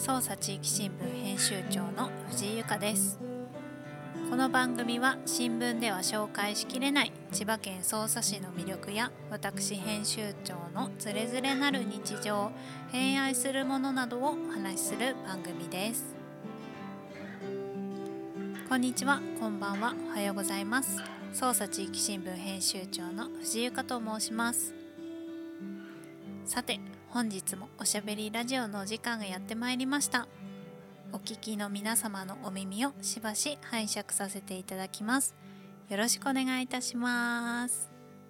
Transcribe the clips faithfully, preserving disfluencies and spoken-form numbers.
匝瑳地域新聞編集長の藤井由香です。この番組は新聞では紹介しきれない千葉県匝瑳市の魅力や私編集長のつれづれなる日常、偏愛するものなどをお話しする番組です。こんにちは、こんばんは、おはようございます。匝瑳地域新聞編集長の藤井由香と申します。さて、本日もおしゃべりラジオのお時間がやってまいりました。お聞きの皆様のお耳をしばし拝借させていただきます。よろしくお願いいたします。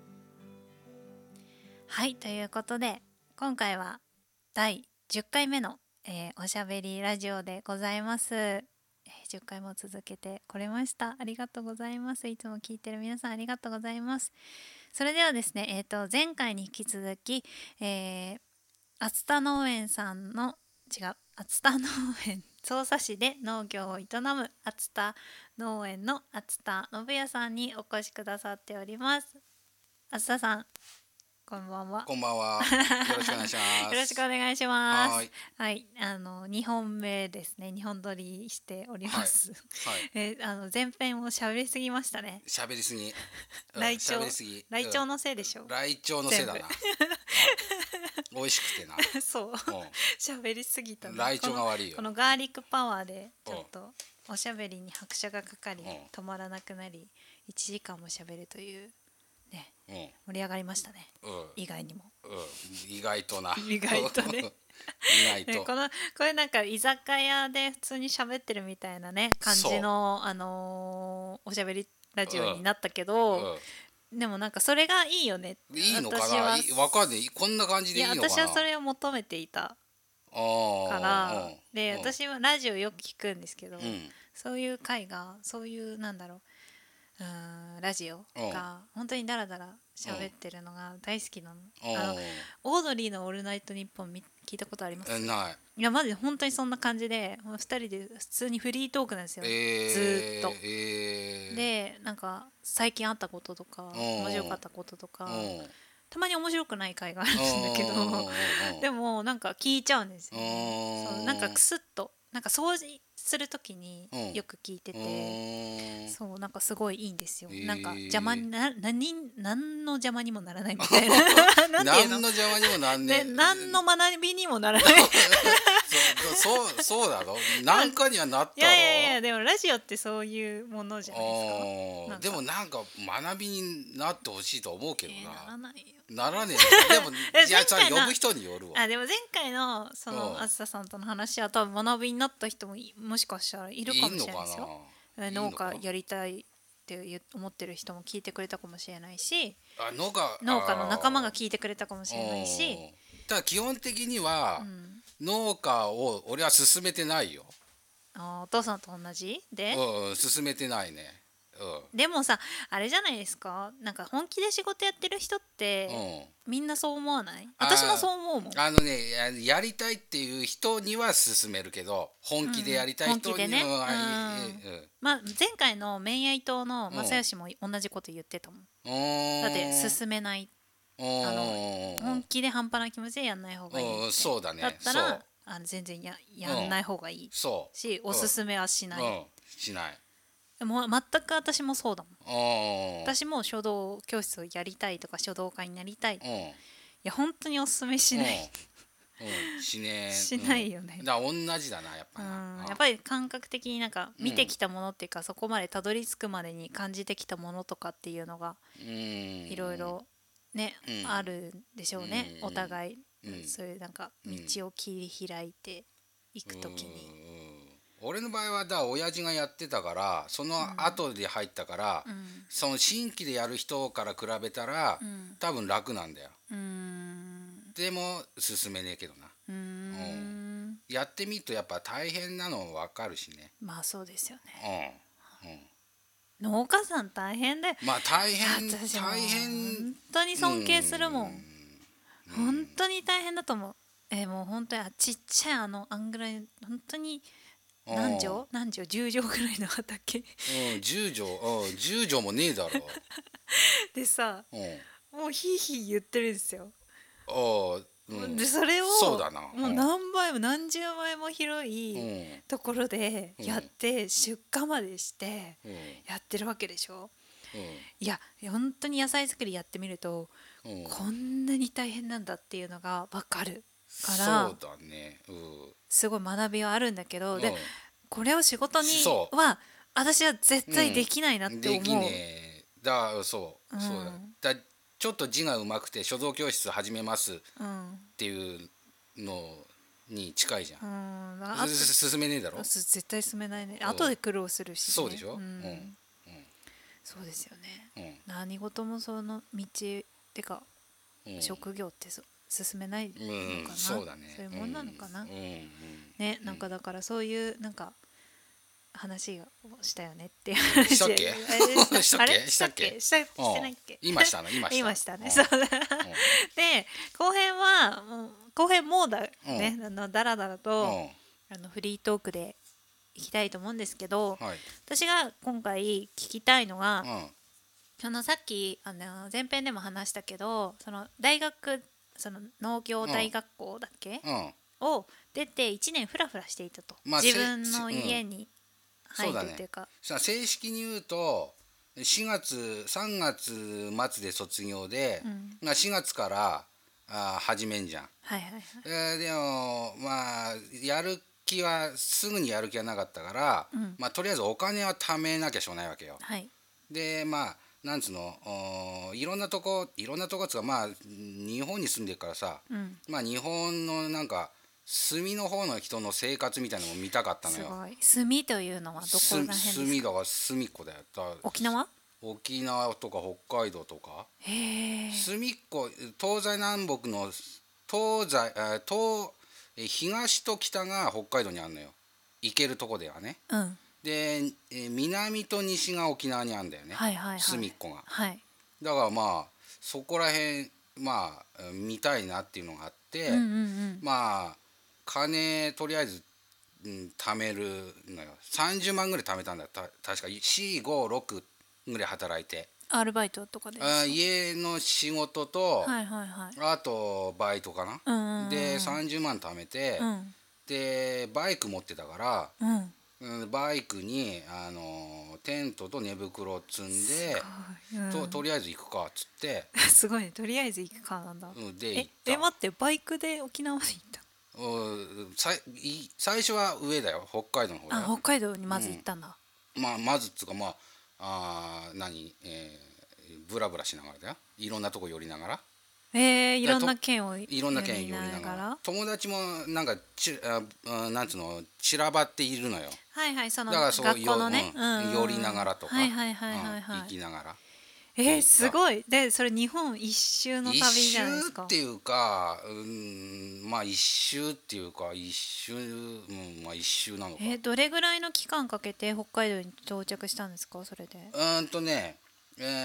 はい、ということで今回はだいじゅっかいめの、えー、おしゃべりラジオでございます。えー、じゅっかいも続けてこれました。ありがとうございます。いつも聞いてる皆さんありがとうございます。それではですね、えーと、前回に引き続き、えー、熱田農園さんの違う熱田農園匝瑳市で農業を営む熱田農園の熱田信也さんにお越しくださっております。熱田さん、こんばんは。 こんばんは。よろしくお願いします。 よろしくお願いします。 はい、 はい、あのにほんめですね。にほん撮りしております。はいはい、えー、あの前編を喋りすぎましたね。 喋りすぎ。 ライチョウ、ライチョウのせいでしょ。 ライチョウのせいだな。美味しくてな。 そう。喋りすぎた。 ライチョウが悪いよ。 このガーリックパワーでちょっとおしゃべりに拍車がかかり止まらなくなりいちじかんもしゃべるというね、うん、盛り上がりましたね。うん、意外にも。 うん、意外とな。 意外とね。意外と。ね、このこれなんか居酒屋で普通に喋ってるみたいなね感じのあのー、おしゃべりラジオになったけど。うんうん、でもなんかそれがいいよね。 いいのかな。わかんない。こんな感じでいいのかな。 いや、私はそれを求めていたから、で、私はラジオよく聞くんですけど、うん、そういう回がそういうなんだろう、うん、ラジオが本当にダラダラ喋ってるのが大好きなの。あのオードリーのオールナイトニッポン聞いたことあります？ ない。 いや、マジで本当にそんな感じでふたりで普通にフリートークなんですよ、えー、ずーっと、えー、でなんか最近あったこととか面白かったこととかたまに面白くない回があるんだけどでもなんか聞いちゃうんですよね。そう、なんかクスッとなんか掃除するときによく聞いてて、そうなんかすごいいいんですよ。なんか邪魔にな何何の邪魔にもならないみたいななんていうの、 何の邪魔にもなんね、 何の学びにもならないそうそうそうだろ。なんかにはなったろ。 いやいやいや、でもラジオってそういうものじゃないですか。 でもなんか学びになってほしいと思うけどな。えー、ならないよ。ならねえ。でもいや、それ呼ぶ人によるわ。 あ、でも前回のそのあずささんとの話は多分学びになった人ももしかしたらいるかもしれないですよ。農家やりたいって思ってる人も聞いてくれたかもしれないし、 あ、農家農家の仲間が聞いてくれたかもしれないし。 ただ基本的には、うん、農家を俺は進めてないよ。 あ、お父さんと同じで、 うん、進めてないね。 うん、でもさ、あれじゃないですか、なんか本気で仕事やってる人って、うん、みんなそう思わない？私もそう思うもん。 あのね、やりたいっていう人には進めるけど、本気でやりたい人には、うん、ね、うん、 まあ、前回の麺屋伊藤の正義も同じこと言ってたもん、うん、だって進めない、あの本気で半端な気持ちでやんない方がいいって。 そうだね。 だったらあの全然 や, やんない方がいい、うん、そうし、おすすめはしない、うん、 しない。 もう全く私もそうだもん。私も書道教室をやりたいとか書道家になりたい、うん、いや本当におすすめしない、 うんうん、しねしないよね、 うん、だから同じだなやっぱり、うん、 やっぱり感覚的になんか見てきたものっていうか、うん、そこまでたどり着くまでに感じてきたものとかっていうのがいろいろね、うん、あるんでしょうね、うん、お互い、うん、そういうなんか道を切り開いていくときに、 うん、俺の場合はだ親父がやってたからその後で入ったから、うん、その新規でやる人から比べたら、うん、多分楽なんだよ、うん、でも進めねえけどな、うん、うん、やってみるとやっぱ大変なの分かるしね。 まあそうですよね、うん、うん、農家さん大変だよ。 まあ大変大変本当に尊敬するもん、うん、本当に大変だと思う。えー、もう本当にちっちゃいあのあんぐらい本当に何畳何畳じゅう畳ぐらいの畑、 うん、じゅう畳、うん、じゅう畳もねえだろでさ、うん、もうヒーヒー言ってるんですよ。 ああ、 うん、 でそれをそうだな、 もう何倍も何十倍も広いところでやって出荷までしてやってるわけでしょ、うん、いや本当に野菜作りやってみると、うん、こんなに大変なんだっていうのが分かるから、 そうだね、うん、 すごい学びはあるんだけど、うん、でこれを仕事には私は絶対できないなって思う、うん、できねえだそう、うん、そうだだちょっと字がうまくて書道教室始めますっていうのに近いじゃん、うん、進めねえだろ、 絶対進めないね、後で苦労するし、ね、 そうでしょ、うんうん 、そうですよね、うん、何事もその道ってか、うん、職業ってそ進めないのかな、うん、そうだね、そういうもんなのかな、うんうん、ね、なんかだからそういうなんか話をしたよねっていう話したっけしたっけしたっけしてないっけ今したの今した今したねそうだで後編は後編もうだねあのだらだらとあのフリートークでいきたいと思うんですけど、はい、私が今回聞きたいのは、うん、そのさっきあの前編でも話したけどその大学その農業大学校だっけ、うん、を出ていちねんフラフラしていたと、まあ、自分の家に入るっていうか、 そうだね、正式に言うとしがつさんがつ末で卒業で、うん、しがつからあ始めんじゃん、はいはいはい、えー、でもまあやる気はすぐにやる気はなかったから、うん、まあ、とりあえずお金は貯めなきゃしょうがないわけよ、はい、でまあなんつうのいろんなとこいろんなとこつかまあ日本に住んでるからさ、うん、まあ日本のなんか住の方の人の生活みたいなのも見たかったのよ。 すごい。住というのはどこら辺ですか？ 住だから隅っこだよ。だ沖縄？ 沖縄とか北海道とか。へえ。隅っこ東西南北の東西東東と北が北海道にあるのよ。行けるとこではね。うん。で南と西が沖縄にあるんだよね。はいはいはい。隅っこが。はい。だからまあそこら辺まあ見たいなっていうのがあって、うんうんうん、まあ金とりあえず、うん、貯めるのよ。さんじゅうまんぐらい貯めたんだ。た確かよん、ご、ろくぐらい働いて。 アルバイトとかでですか？ あ家の仕事と、はいはいはい、あとバイトかな、うんうん、でさんじゅうまん貯めて、うん、でバイク持ってたから、うん、バイクにあのテントと寝袋を積んで、うん、と, とりあえず行くかっつってすごいね、とりあえず行くかなんだ、うん、で行った。ええ待って、バイクで沖縄まで行った？ 最, 最初は上だよ、北海道の方だよ。 あ、北海道にまず行ったんだ、 うん、まあまずっつうかまああ何、えー、ブラブラしながらだよ、いろんなとこ寄りながら、 えー、いろんな県をいろんな県寄りながら、友達もなんかちあなんつうの散らばっているのよ。 はいはい、そのだからそう学校のね、 うん、寄りながらとか、はいはいはいはい、はい、行きながら。 えー、すごい。でそれ日本一周の旅じゃないですか。 一周っていうか、うん、まあ一周っていうか一周、うん、まあ一周なのか。 えー、どれぐらいの期間かけて北海道に到着したんですか、それで？ うんとねえー、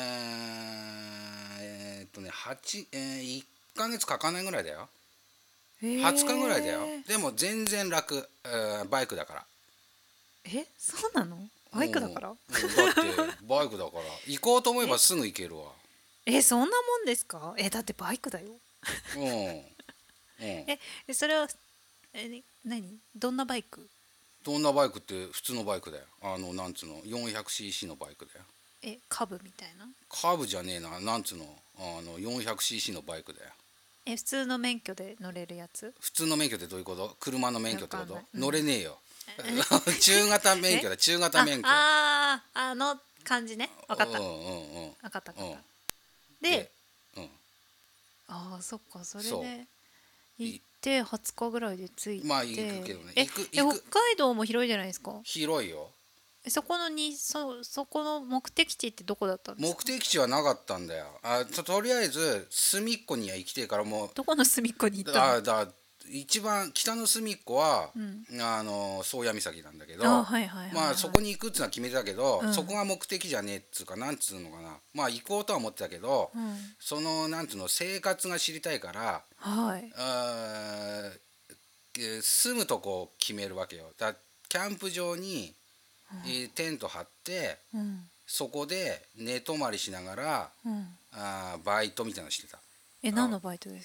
えー、っとね8、えー、いっかげつかかんないぐらいだよ。えー、はつかぐらいだよ。でも全然楽、えー、バイクだから。 え、そうなの？バイクだから？だってバイクだから行こうと思えばすぐ行けるわ。 ええ、そんなもんですか？え、だってバイクだよ。うん、うん、えそれはえ何どんなバイク？ どんなバイクって普通のバイクだよ。あのなんつうの よんひゃくシーシー のバイクだよ。 えカブみたいな？ カブじゃねえな、なんつうのあの よんひゃくシーシー のバイクだよ。 え普通の免許で乗れるやつ？ 普通の免許ってどういうこと？車の免許ってこと？うん、乗れねえよ。中型免許だ、中型免許。 あああの感じね、分かった、うんうんうん、分かった分かった、うん、で、うん、ああそっか、それで行ってはつかぐらいで着いて、 まあ行くけどね、 え行く行く北海道も広いじゃないですか。 広いよ。 そこのに そ, そこの目的地ってどこだったんですか？ 目的地はなかったんだよ。あ と, とりあえず隅っこには行きてえから、もうどこの隅っこに行ったの？ だだ一番北の隅っこは、うん、あの宗谷岬なんだけど、あ、はいはいはいはい、まあそこに行くっていうのは決めてたけど、うん、そこが目的じゃねえっつうか、なんつうのかな、まあ行こうとは思ってたけど、うん、そのなんつうの生活が知りたいから、はい、あ住むとこを決めるわけよ。だキャンプ場に、うん、テント張って、うん、そこで寝泊まりしながら、うん、あバイトみたいなのしてた。 え何のバイトですか？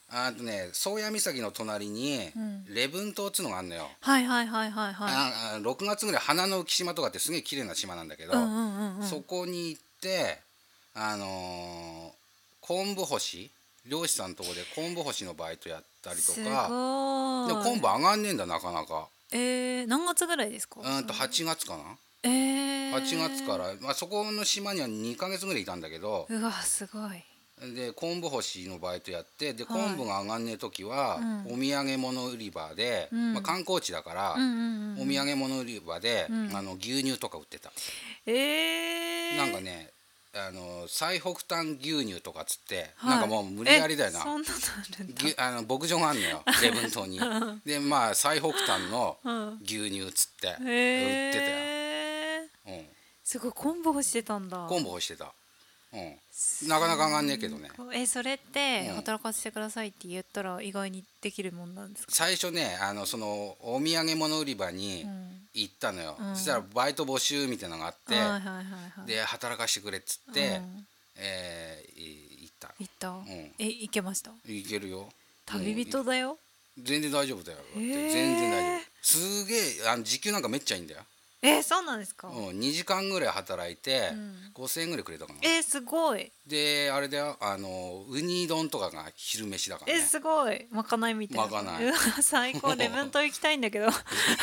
あとね宗谷岬の隣に礼文島っつうのがあるのよ。 はいはいはいはいはい。 ああろくがつぐらい花の浮島とかってすげえ綺麗な島なんだけど、 うんうんうんうん、 そこに行ってあのー、昆布干し漁師さんのとこで昆布干しのバイトやったりとか。 すごい。 でも昆布上がんねえんだなかなか。 えー、何月ぐらいですか？ うんとはちがつかな。 えー、 はちがつから、まあ、そこの島にはにかげつぐらいいたんだけど、 うわすごい。 で昆布干しのバイトやって、で昆布が上がんねえ時は、 うん、 お土産物売り場で、 うんまあ、観光地だから、 うんうんうん、 お土産物売り場で、 うん、 あの牛乳とか売ってた。 えー、 なんかねあの最北端牛乳とかっつって、 はい、 なんかもう無理やりだよな。 そんなのあるんだ。 あの牧場があるのよ礼文島にでまあ最北端の牛乳っつって売ってたよ、 えー、 うん、 すごい昆布干してたんだ。 昆布干してた。うん、なかなか上がんねえけどね。 えそれって働かせてくださいって言ったら意外にできるもんなんですか？ 最初ねあのそのお土産物売り場に行ったのよ、うん、そしたらバイト募集みたいなのがあって、はいはいはいはい、で働かしてくれっつって、うん、えー、行った行った、 うん、 え行けました？ 行けるよ。 旅人だよ、 うん、全然大丈夫だよ。だって全然大丈夫。すげえあの時給なんかめっちゃいいんだよ。 えー、そうなんですか？ うん、にじかんぐらい働いて、うん、ごせんえんぐらいくれたかな。 えー、すごい。 であれだよあのウニ丼とかが昼飯だからね。 えー、すごいまかないみたいな。 まかない最高。礼文島行きたいんだけど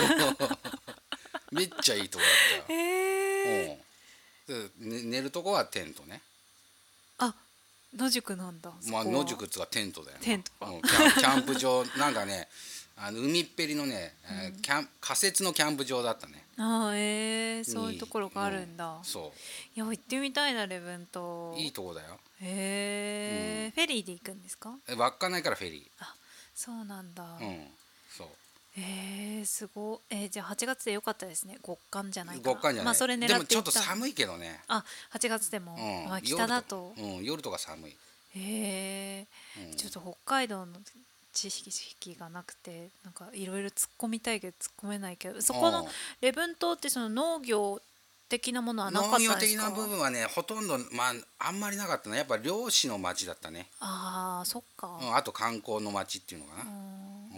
めっちゃいいとこだったよ。えー、うん、で寝るとこはテントね。 あ野宿なんだ。 まあ野宿っつうかテントだよね。 テントか、 うん、キャン、キャンプ場なんかねあの海っぺりのね、うん、キャン仮設のキャンプ場だったね。 あーえー、そういうところがあるんだ、うん、 そういや行ってみたいな礼文島。 いいとこだよ。 へえ、うん、フェリーで行くんですか？ 稚内からフェリー。 あそうなんだ。 うんそうえー、すごい。えー、じゃあはちがつでよかったですね。極寒じゃないかな。 極寒じゃない、 まあ、それ狙ってでもちょっと寒いけどね。 あはちがつでも、うんまあ、北だと夜と、うん、夜とか寒い。 へえ、うん、ちょっと北海道の知識がなくてなんかいろいろ突っ込みたいけど突っ込めないけど、そこの礼文島ってその農業的なものはなかったんですか？ 農業的な部分はねほとんど、まあ、あんまりなかったね。やっぱ漁師の町だったね。 あーそっか、 うん、あと観光の町っていうのかな。うん、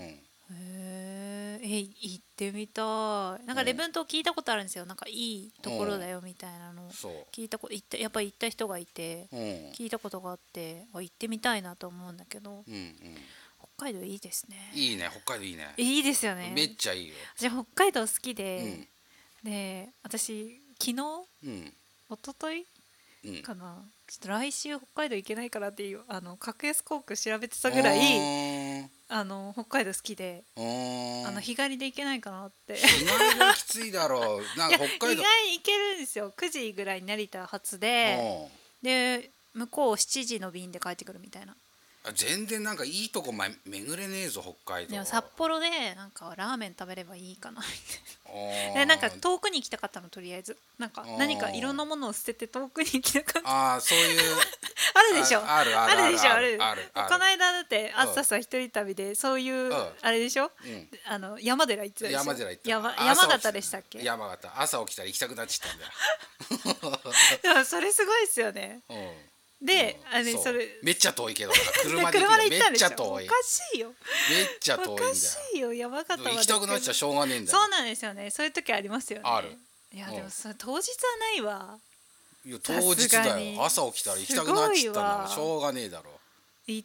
へええ行ってみたい。なんか礼文島聞いたことあるんですよ。なんかいいところだよみたいなの聞いたこと行ったやっぱり行った人がいて聞いたことがあって行ってみたいなと思うんだけど、うんうん、北海道いいですね。 いいね北海道いいね。 いいですよね。 めっちゃいいよ。 じゃあ北海道好きで、うん、で私昨日、うん、一昨日かな、うん、ちょっと来週北海道行けないからっていうあの格安航空調べてたぐらいあの北海道好きで、あの日帰りで行けないかなって。 日帰りはきついだろう。なんか北海道意外に行けるんですよ。くじぐらいに成田発でで向こうしちじの便で帰ってくるみたいな。 全然なんかいいとこ巡れねえぞ北海道。 でも札幌でなんかラーメン食べればいいかなみたいな。なんか遠くに行きたかったの。とりあえずなんか何かいろんなものを捨てて遠くに行きたかった。 ああそういうあるでしょ。 あるあるあるでしょ。あるあるある。 この間だってあずささん一人旅でそういうあれでしょ、うん、あの山寺行ってたでしょ。 山寺行った。 山山形でしたっけ？ 山形朝起きたら行きたくなっちゃったんだよでもそれすごいですよね。うんで、うん、あれそれめっちゃ遠いけど車で行っためっちゃ遠い。 おかしいよ。 めっちゃ遠いんだよ。 おかしいよ山形まで行きたくなっちゃしょうがねえんだよ。 そうなんですよね。そういう時ありますよね。ある。いやでもそれ当日はないわ。 いや当日だよ。朝起きたら行きたくなっちゃったんだからしょうがねえだろ。 行って、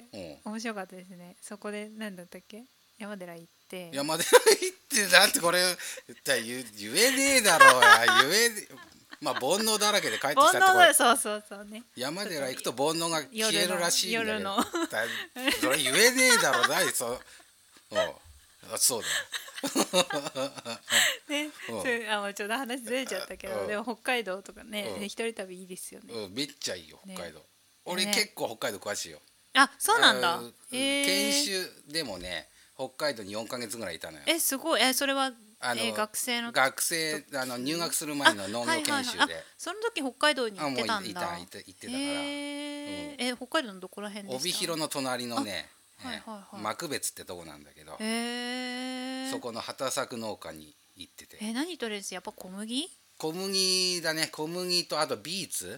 うん、面白かったですね。そこで何だったっけ？山寺行って。 山寺行ってだってこれ言, 言えねえだろうや言えまあ煩悩だらけで帰ってきたってこれそうそうそうね。 山寺行くと煩悩が消えるらしいんだけど夜のそれ言えねえだろだいそうんそうだね、それあもうちょっと話ずれちゃったけど、でも北海道とかね、一人旅いいですよね。 うんめっちゃいいよ北海道。俺結構北海道詳しいよ。 あそうなんだ。 研修でもね北海道によんかげつぐらいいたのよ。 えすごい。えそれはあの、えー、学生の学生あの入学する前の農業研修で、はいはいはい、 その時北海道に行ってたんだ。 いた行って行ってたから、 えーうん、え北海道のどこら辺でした？ 帯広の隣のね、はいはいはい、幕別ってとこなんだけど、えー、そこの畑作農家に行ってて。 えー、何取れるんです？やっぱ小麦？ 小麦だね。小麦とあとビーツ。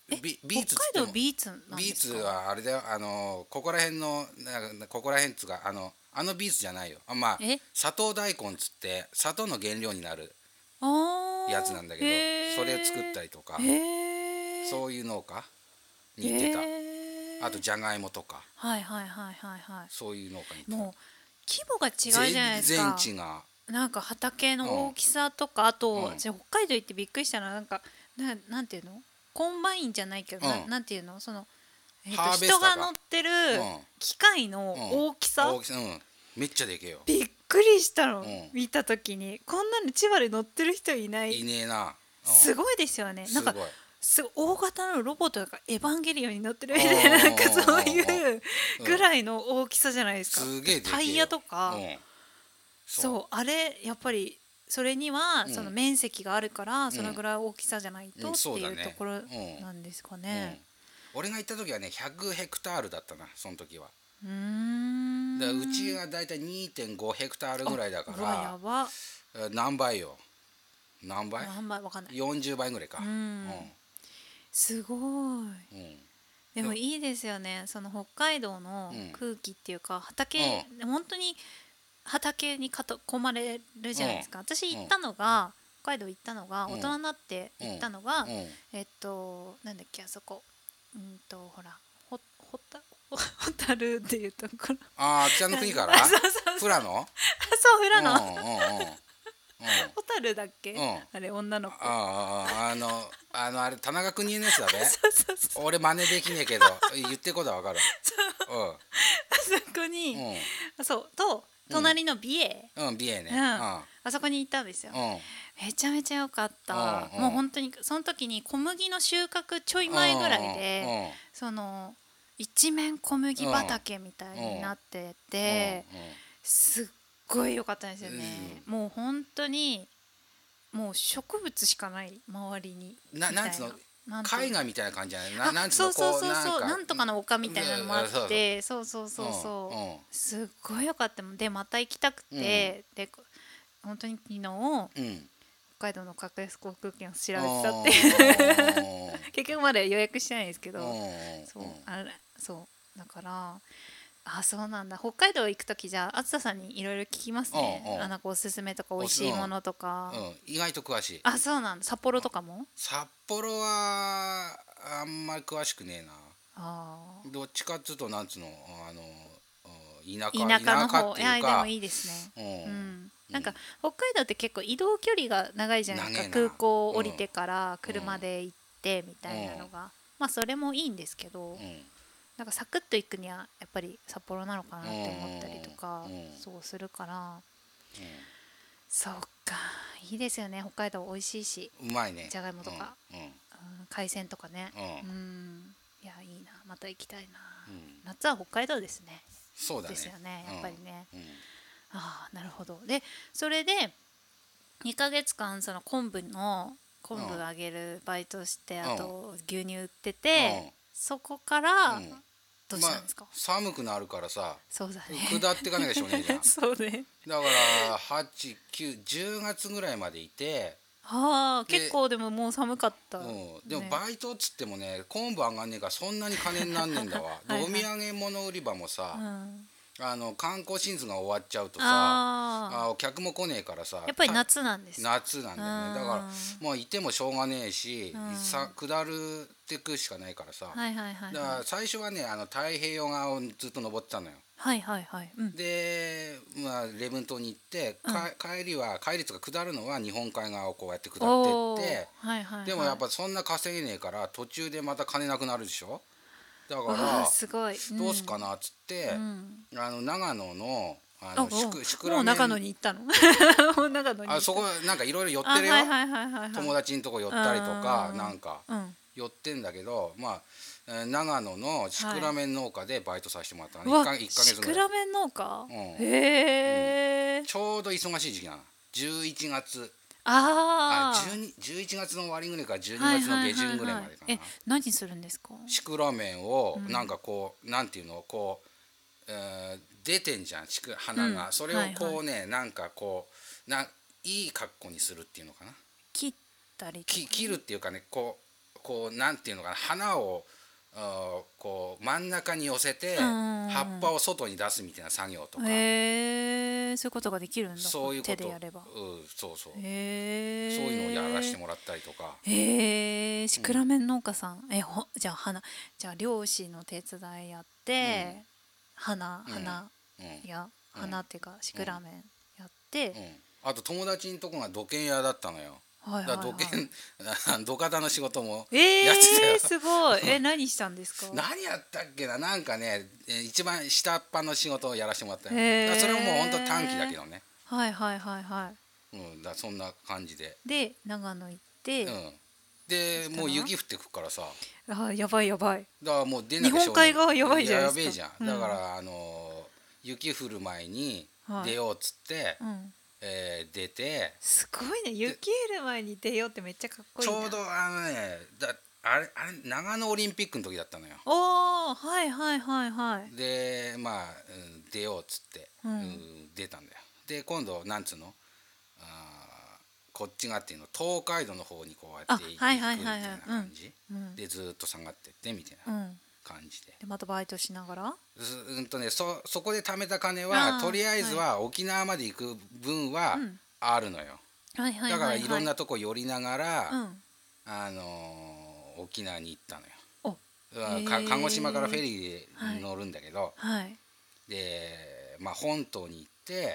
ビビーツっつっても北海道ビーツなんですか？ ビーツはあれだよ、あのここら辺のなんかここら辺っつうか、あのあのビーツじゃないよ。あ、まあ砂糖大根っつって砂糖の原料になるやつなんだけど、それを作ったりとか、そういう農家に行ってた。あとじゃがいもとか、 はいはいはいはいはい。 そういう農家に行ってた。 もう規模が違うじゃないですか。 全然違う。 なんか畑の大きさとか、あと、 うん、 私北海道行ってびっくりしたのは、なんかななんていうの、コンバインじゃないけど、うん、な, なんていうの、その、えー、と人が乗ってる機械の大きさ、 うんうん、大きさ、うん、めっちゃでけえよ。 びっくりしたの、 うん、 見た時にこんなの千葉で乗ってる人いない。 いねえな、 うん、すごいですよね。なんかすごい大型のロボットがエヴァンゲリオンに乗ってるみたいな、なんかそういうぐらいの大きさじゃないですか。 すげえでけえよ。 タイヤとか、うん、 そう、 そうあれやっぱりそれにはその面積があるから、うん、そのぐらい大きさじゃないとっていうところなんですかね。 うん、俺が行った時はねひゃくヘクタールだったな、その時は。 うーん、 だからうちがだいたい にてんご ヘクタールぐらいだから、 やば、 何倍よ、何倍何倍わかんない、 よんじゅうばいぐらいか。うん、うん、 すごい、うん、でもいいですよね、その北海道の空気っていうか、畑、うん、本当に畑に囲まれるじゃないですか。うん、私行ったのが、うん、北海道行ったのが、大人になって行ったのが、うん、えっとなんだっけ、あそこ、うんとほらほほたホタルっていうところ、 ああ、北の国からそうそうそう、富良野そう、富良野、 ホタルだっけ、うん、あれ女の子、 ああ、あのあのあれ田中邦衛のやつだべそうそうそう、 俺真似できねえけど言ってることは分かる。 そう、うん、あそこに、うん、そうと隣の美瑛、 うん、うん、美瑛ね、うん、 あそこに行ったんですよ、うん、めちゃめちゃ良かった、うん、もう本当にその時に小麦の収穫ちょい前ぐらいで、うん、その一面小麦畑みたいになってて、うんうん、すっごい良かったんですよね、うん、もう本当にもう植物しかない周りに、 ななんつうの、絵画みたいな感じじゃない、ななんつうの、 そうそうそうそう、なんとかの丘みたいなのもあって、そうそうそうそう、うん、すっごい良かった。でまた行きたくて、うん、で本当に昨日、うん、北海道の格安航空券を調べてたっていう結局まで予約してないんですけど、そう、あれ、そうだから、あ、そうなんだ。北海道行くとき、じゃあ、あつたさんにいろいろ聞きますね。うんうん、あ、なんかおすすめとか美味しいものとか、 うんうん、意外と詳しい。 あ、そうなんだ。札幌とかも？ 札幌はあんまり詳しくねえな。あ、どっちかっていうとなんつうの、あの田舎、 田舎の方、いや、でもいいですね、うんうん、なんか北海道って結構移動距離が長いじゃないですか。空港降りてから車で行ってみたいなのが、うん、まあそれもいいんですけど、うん、なんかサクッと行くにはやっぱり札幌なのかなって思ったりとか、うん、そうするから、うん、そうか、いいですよね。北海道美味しいし、 うまいね、 じゃがいもとか、うんうん、海鮮とかね、うん、うん、いや、いいな、また行きたいな、うん、夏は北海道ですね。 そうだね、 ですよね、やっぱりね、うんうん、ああ、なるほど。でそれでにかげつかんその昆布の昆布あげるバイトして、うん、あと牛乳売ってて、うん、そこから、うん、どうしたんですか？まあ、 寒くなるからさ、 そうだね、 下っていかなきゃしょうがないじゃんそうね、 だからはち、きゅう、じゅうがつぐらいまでいて、 はあ、結構でももう寒かった、 うん、でもバイトっつってもね、昆布上がんねえからそんなに金になんねえんだわはい、はい、お土産物売り場もさ、うん、あの観光シーズンが終わっちゃうとさ、ああ、客も来ねえからさ、 やっぱり夏なんですか？ 夏なんだよね。だからもういてもしょうがねえし、さ下るってくしかないからさ、はいはいはいはい、だから最初はね、あの太平洋側をずっと登ってたのよ。 はいはいはい、うん、 で、まあ、礼文島に行って、うん、帰りは帰りとか下るのは日本海側をこうやって下ってって、はいはいはい、でもやっぱそんな稼げねえから途中でまた金なくなるでしょ。だからすごい、 うん、どうすかなっつって、うん、あの長野のあのシクラメン、もう長野に行ったのもう長野に行った、 あそこなんかいろいろ寄ってるよ、友達のとこ寄ったりとかなんか、うん、寄ってんだけど、まあ長野のシクラメン農家でバイトさせてもらったの、はい、いっかげつぐらい。 シクラメン農家、うん、へえ、 うん、ちょうど忙しい時期なの、じゅういちがつ、 ああ、 じゅういちがつの終わりぐらいからじゅうにがつの下旬ぐらいまでかな。 え、何するんですか？ シクラメンをなんかこう、うん、なんていうの、こう、えー、出てんじゃん、花が、うん、それをこうね、はいはい、なんかこうないい格好にするっていうのかな、 切ったりとか、 切るっていうかね、ここうなんていうのかな、花をこう真ん中に寄せて葉っぱを外に出すみたいな作業とか、 へえ、そういうことができるんだ。 そういうこと、 手でやれば、 うん、そうそう、 へえ、 そういうのをやらせてもらったりとか。 へえ、シクラメン農家さん、うん、えほじゃあ花じゃあ漁師の手伝いやって、うん、花花、うん、や、うん、花っていうかシクラメンやって、うんうん、あと友達のとこが土建屋だったのよ。 はいはいはい、だ土建土方の仕事もやってたよ。えー、すごい。え何したんですか？ 何やったっけな、なんかね一番下っ端の仕事をやらせてもらったよ。だからそれももうほんと短期だけどね。 はいはいはいはい、 うん、だそんな感じでで長野行って、 うん、でもう雪降ってくからさ、 あやばいやばい、 だからもう出なきゃ日本海側やばいじゃないですか。 やべえじゃん、うん、だからあの雪降る前に出ようっつって、はい、うん、えー、出て、 すごいね、雪降る前に出ようってめっちゃかっこいいな。 ちょうどあのねだあれあれ長野オリンピックの時だったのよ。 おー、はいはいはいはい。 でまあ、うん、出ようっつって、うんうん、出たんだよ。で今度なんつうの、あこっちがっていうの東海道の方にこうやって行くみたいな感じでずっと下がってってみたいな感じで、 でまたバイトしながら、 うんとね、そ, そこで貯めた金はとりあえずは沖縄まで行く分はあるのよ、はい、だからいろんなとこ寄りながら、うん、あのー、沖縄に行ったのよ。鹿児島からフェリーで乗るんだけど、はいはい、で、まあ、本島に行って、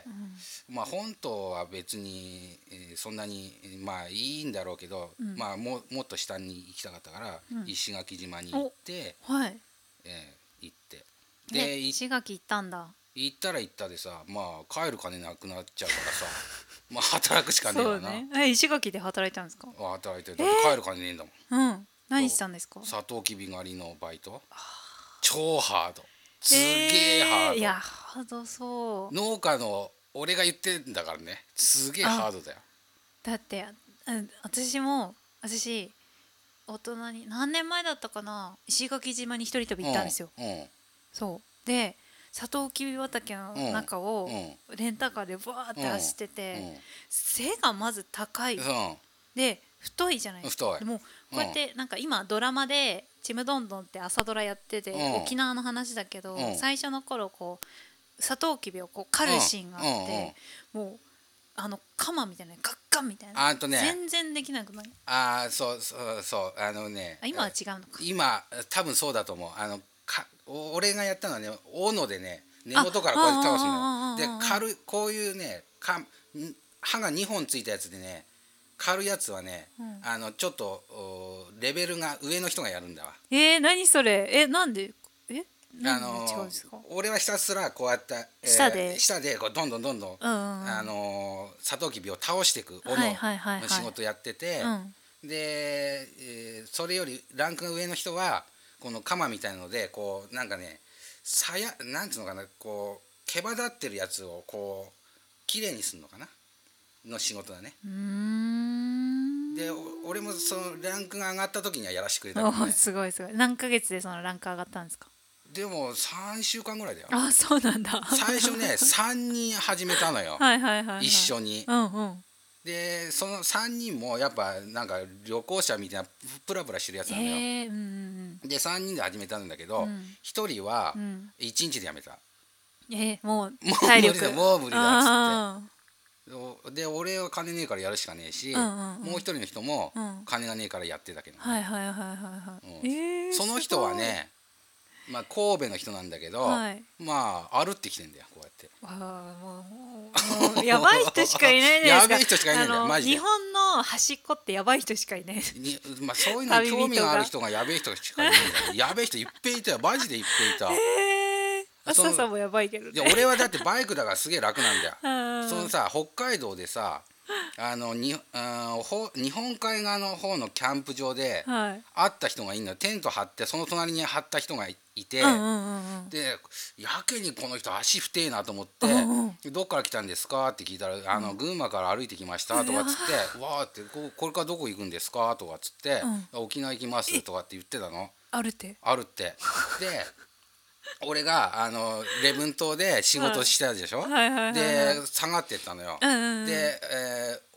うん、まあ、本島は別に、えー、そんなにまあいいんだろうけど、うん、まあ、も, もっと下に行きたかったから、うん、石垣島に行って、はい、えー、行ってで、ね、石垣行ったんだ。 行ったら行ったでさ、まあ帰る金なくなっちゃうからさまあ働くしかねえわな。そうね、 え石垣で働いたんですか？ 働いてる、だって帰る金ねえんだもん、 えー、うん、何したんですか？ サトウキビ狩りのバイト。超ハード、すげえハード、 えー、いやハードそう。 農家の俺が言ってんだからね、すげえハードだよ。 だって私も私大人に何年前だったかな、石垣島に一人旅行ったんですよ、うんうん、そうでサトウキビ畑の中をレンタカーでバーって走ってて、うんうん、背がまず高い、うん、で太いじゃないですか。でもこうやってなんか今ドラマでちむどんどんって朝ドラやってて、うん、沖縄の話だけど、うん、最初の頃こうサトウキビをこう狩るシーンがあって、うんうん、もうあのカマみたいなガッガンみたいな、あと、ね、全然できなくない？ ああそうそうそうあのね、 あ今は違うのか。 今多分そうだと思う。あのか俺がやったのはね、斧でね根元からこうやって倒すのよ。で狩るこういうねか刃がにほんついたやつでね狩るやつはね、うん、あのちょっとレベルが上の人がやるんだわ。 えー、何それ、えなんでえあの俺はひたすらこうやって、えー、 下で下でこうどんどんどんどん、うんうん、あのサトウキビを倒していく斧の仕事やってて、で、えー、それよりランクが上の人はこの鎌みたいなのでこうなんかねさやなんていうのかな、こう毛羽立ってるやつをこうきれいにするのかなの仕事だね。うーんで俺もそのランクが上がった時にはやらせてくれたからね。 すごいすごい。何ヶ月でそのランク上がったんですか？ でもさんしゅうかんぐらいだよ。 あ、そうなんだ。 最初ねさんにん始めたのよはいはいはい、はい、一緒に、うんうん、でそのさんにんもやっぱなんか旅行者みたいなプラプラしてるやつなのよ、えーうんうん、でさんにんで始めたんだけど、うん、ひとりはいちにちでやめた、 うん、えー、もう体力もう無理だっつってで俺は金ねえからやるしかねえし、うんうんうん、もう一人の人も金がねえからやってたけど、ね、はいはいはいはいはい、うんえー、その人はねまあ神戸の人なんだけど、はい、まあ歩ってきてんだよこうやって。あもうもうやばい人しかいないですか。 やばい人しかいないんだよマジで。 日本の端っこってやばい人しかいないに、 まあ、そういうのに興味がある人がやべえ人しかいないんだよやべえ人いっぺいいたよマジでいっぺいいた。 えー、朝さんもやばいけどね。 いや俺はだってバイクだからすげえ楽なんだよそのさ北海道でさあのにあほ日本海側の方のキャンプ場で会った人がいるのよ。テント張ってその隣に張った人がいて、うんうんうんうん、でやけにこの人足太えなと思って、うんうん、どっから来たんですかって聞いたらあの、うん、群馬から歩いてきましたとかっつって、うん、わーってここれからどこ行くんですかとかっつって、うん、沖縄行きますとかって言ってたの。 あるってあるってで俺があの礼文島で仕事してたでしょ、はいはいはいはい、で下がってったのよ、うんうんうん、で、えー、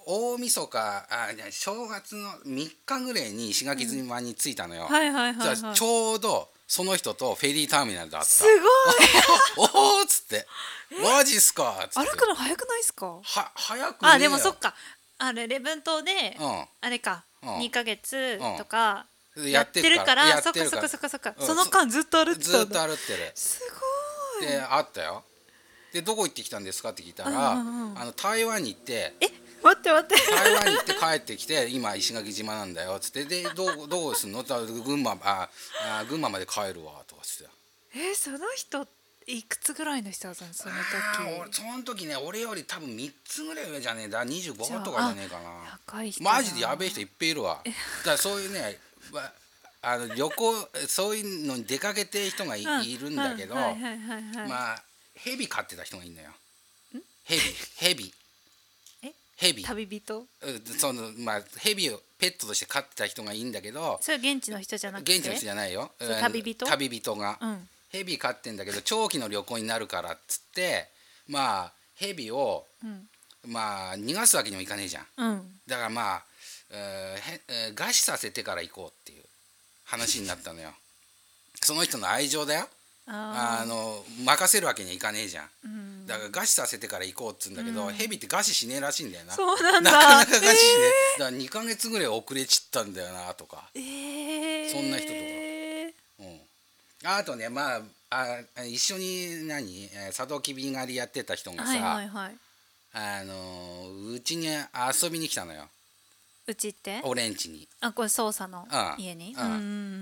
大晦日あ正月のみっかぐらいに石垣島に着いたのよ、 うん、はいはいはい、はい、 ちょうどその人とフェリーターミナルで会った。 すごいおーっつってマジっすかっつって。 歩くの早くないっすか。 は早くねえよ。 あでもそっかあれ礼文島で、うん、あれか、うん、にかげつとかやってるから、やってるからそっかそっかそっか、うん、その間ずっと歩ってたずっと歩ってる。 すごい。 で会ったよ。でどこ行ってきたんですかって聞いたら、うんうんうん、あの台湾に行って。 え待って待って台湾に行って帰ってきて今石垣島なんだよっつってでどうどうすんのって群馬ああ群馬まで帰るわとかっつって。 えー、その人いくつぐらいの人だったのその時。 その時ね俺より多分みっつぐらい上じゃねえだにじゅうごとかじゃねえかな。 若い人マジでやべえ人いっぱいいるわ。だからそういうねあの旅行そういうのに出かけてる人が い,、うん、いるんだけど、まあヘビ飼ってた人がいるのよ。ヘビヘビヘビ旅人、 そのまあヘビをペットとして飼ってた人がいいんだけど、 それは現地の人じゃなくて。 現地の人じゃないよ。 旅人旅人が、うん、ヘビ飼ってんだけど長期の旅行になるからっつってまあヘビを、うん、まあ逃がすわけにもいかねえじゃん、うん、だからまあ、えー、へ餓死させてから行こうっていう話になったのよその人の愛情だよ。ああの任せるわけにはいかねえじゃん、うん、だから餓死させてから行こうっつうんだけど、うん、ヘビって餓死しねえらしいんだよな。 そうなんだ。 なかなか餓死しねえ、だからにかげつぐらい遅れちったんだよなとか、えー、そんな人とか、うん、あとねまああ一緒に何サトウキビ狩りやってた人がさ、はいはいはい、あのうちに遊びに来たのよ。 うちって俺んちに。 あこれ捜査の家に、 うんうん、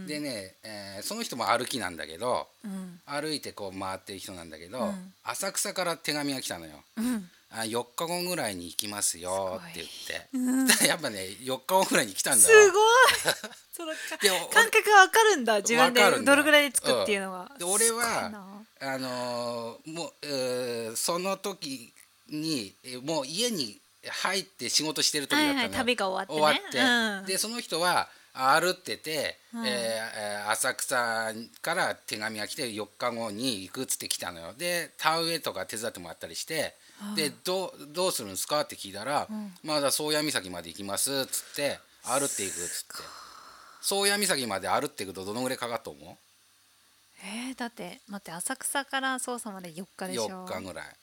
でね、えー、その人も歩きなんだけど、うん、歩いてこう回ってる人なんだけど、うん、浅草から手紙が来たのよ、うん、あよっかごぐらいに行きますよって言って、うん、やっぱねよっかごぐらいに来たんだよ。 すごいその感覚が分かるんだ自分でどれぐらいで着くっていうのは、 うん、で俺はあのー、もう、えー、その時にもう家に入って仕事してる時だったのよ、はいはい、 旅が終わってね、 終わって、うん、でその人は歩ってて、うんえー、浅草から手紙が来てよっかごに行くっつって来たのよ。で田植えとか手伝ってもらったりして、うん、で ど, どうするんですかって聞いたら、うん、まだ宗谷岬まで行きますっつって歩っていくっつって宗谷岬まで歩っていくとどのぐらいかかると思う？ えー、だって待って浅草から匝瑳までよっかでしょ。 よっかぐらい。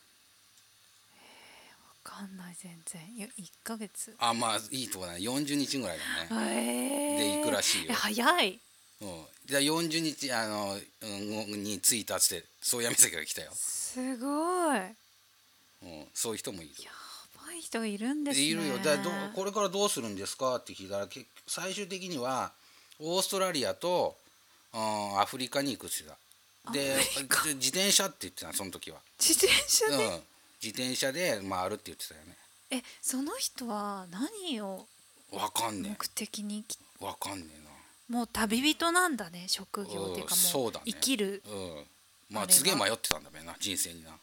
分かんない全然いやいっかげつ。 あまあいいとこだねよんじゅうにちぐらいだね、えー、で行くらしいよ。 早い、 うん、じゃあよんじゅうにちあの、うん、に着いたっつって宗谷岬が来たよ。 すごい、うん、 そういう人もいる。 やばい人いるんですね。 いるよ。だどこれからどうするんですかって聞いたら最終的にはオーストラリアと、うん、アフリカに行くって言ってた。で自転車って言ってたその時は。 自転車で、 うん自転車で回るって言ってたよね。 えその人は何をわかんねえ目的にわかんねえな。もう旅人なんだね職業っていうかもう生きる、 うん、まあすげえ迷ってたんだべな人生にな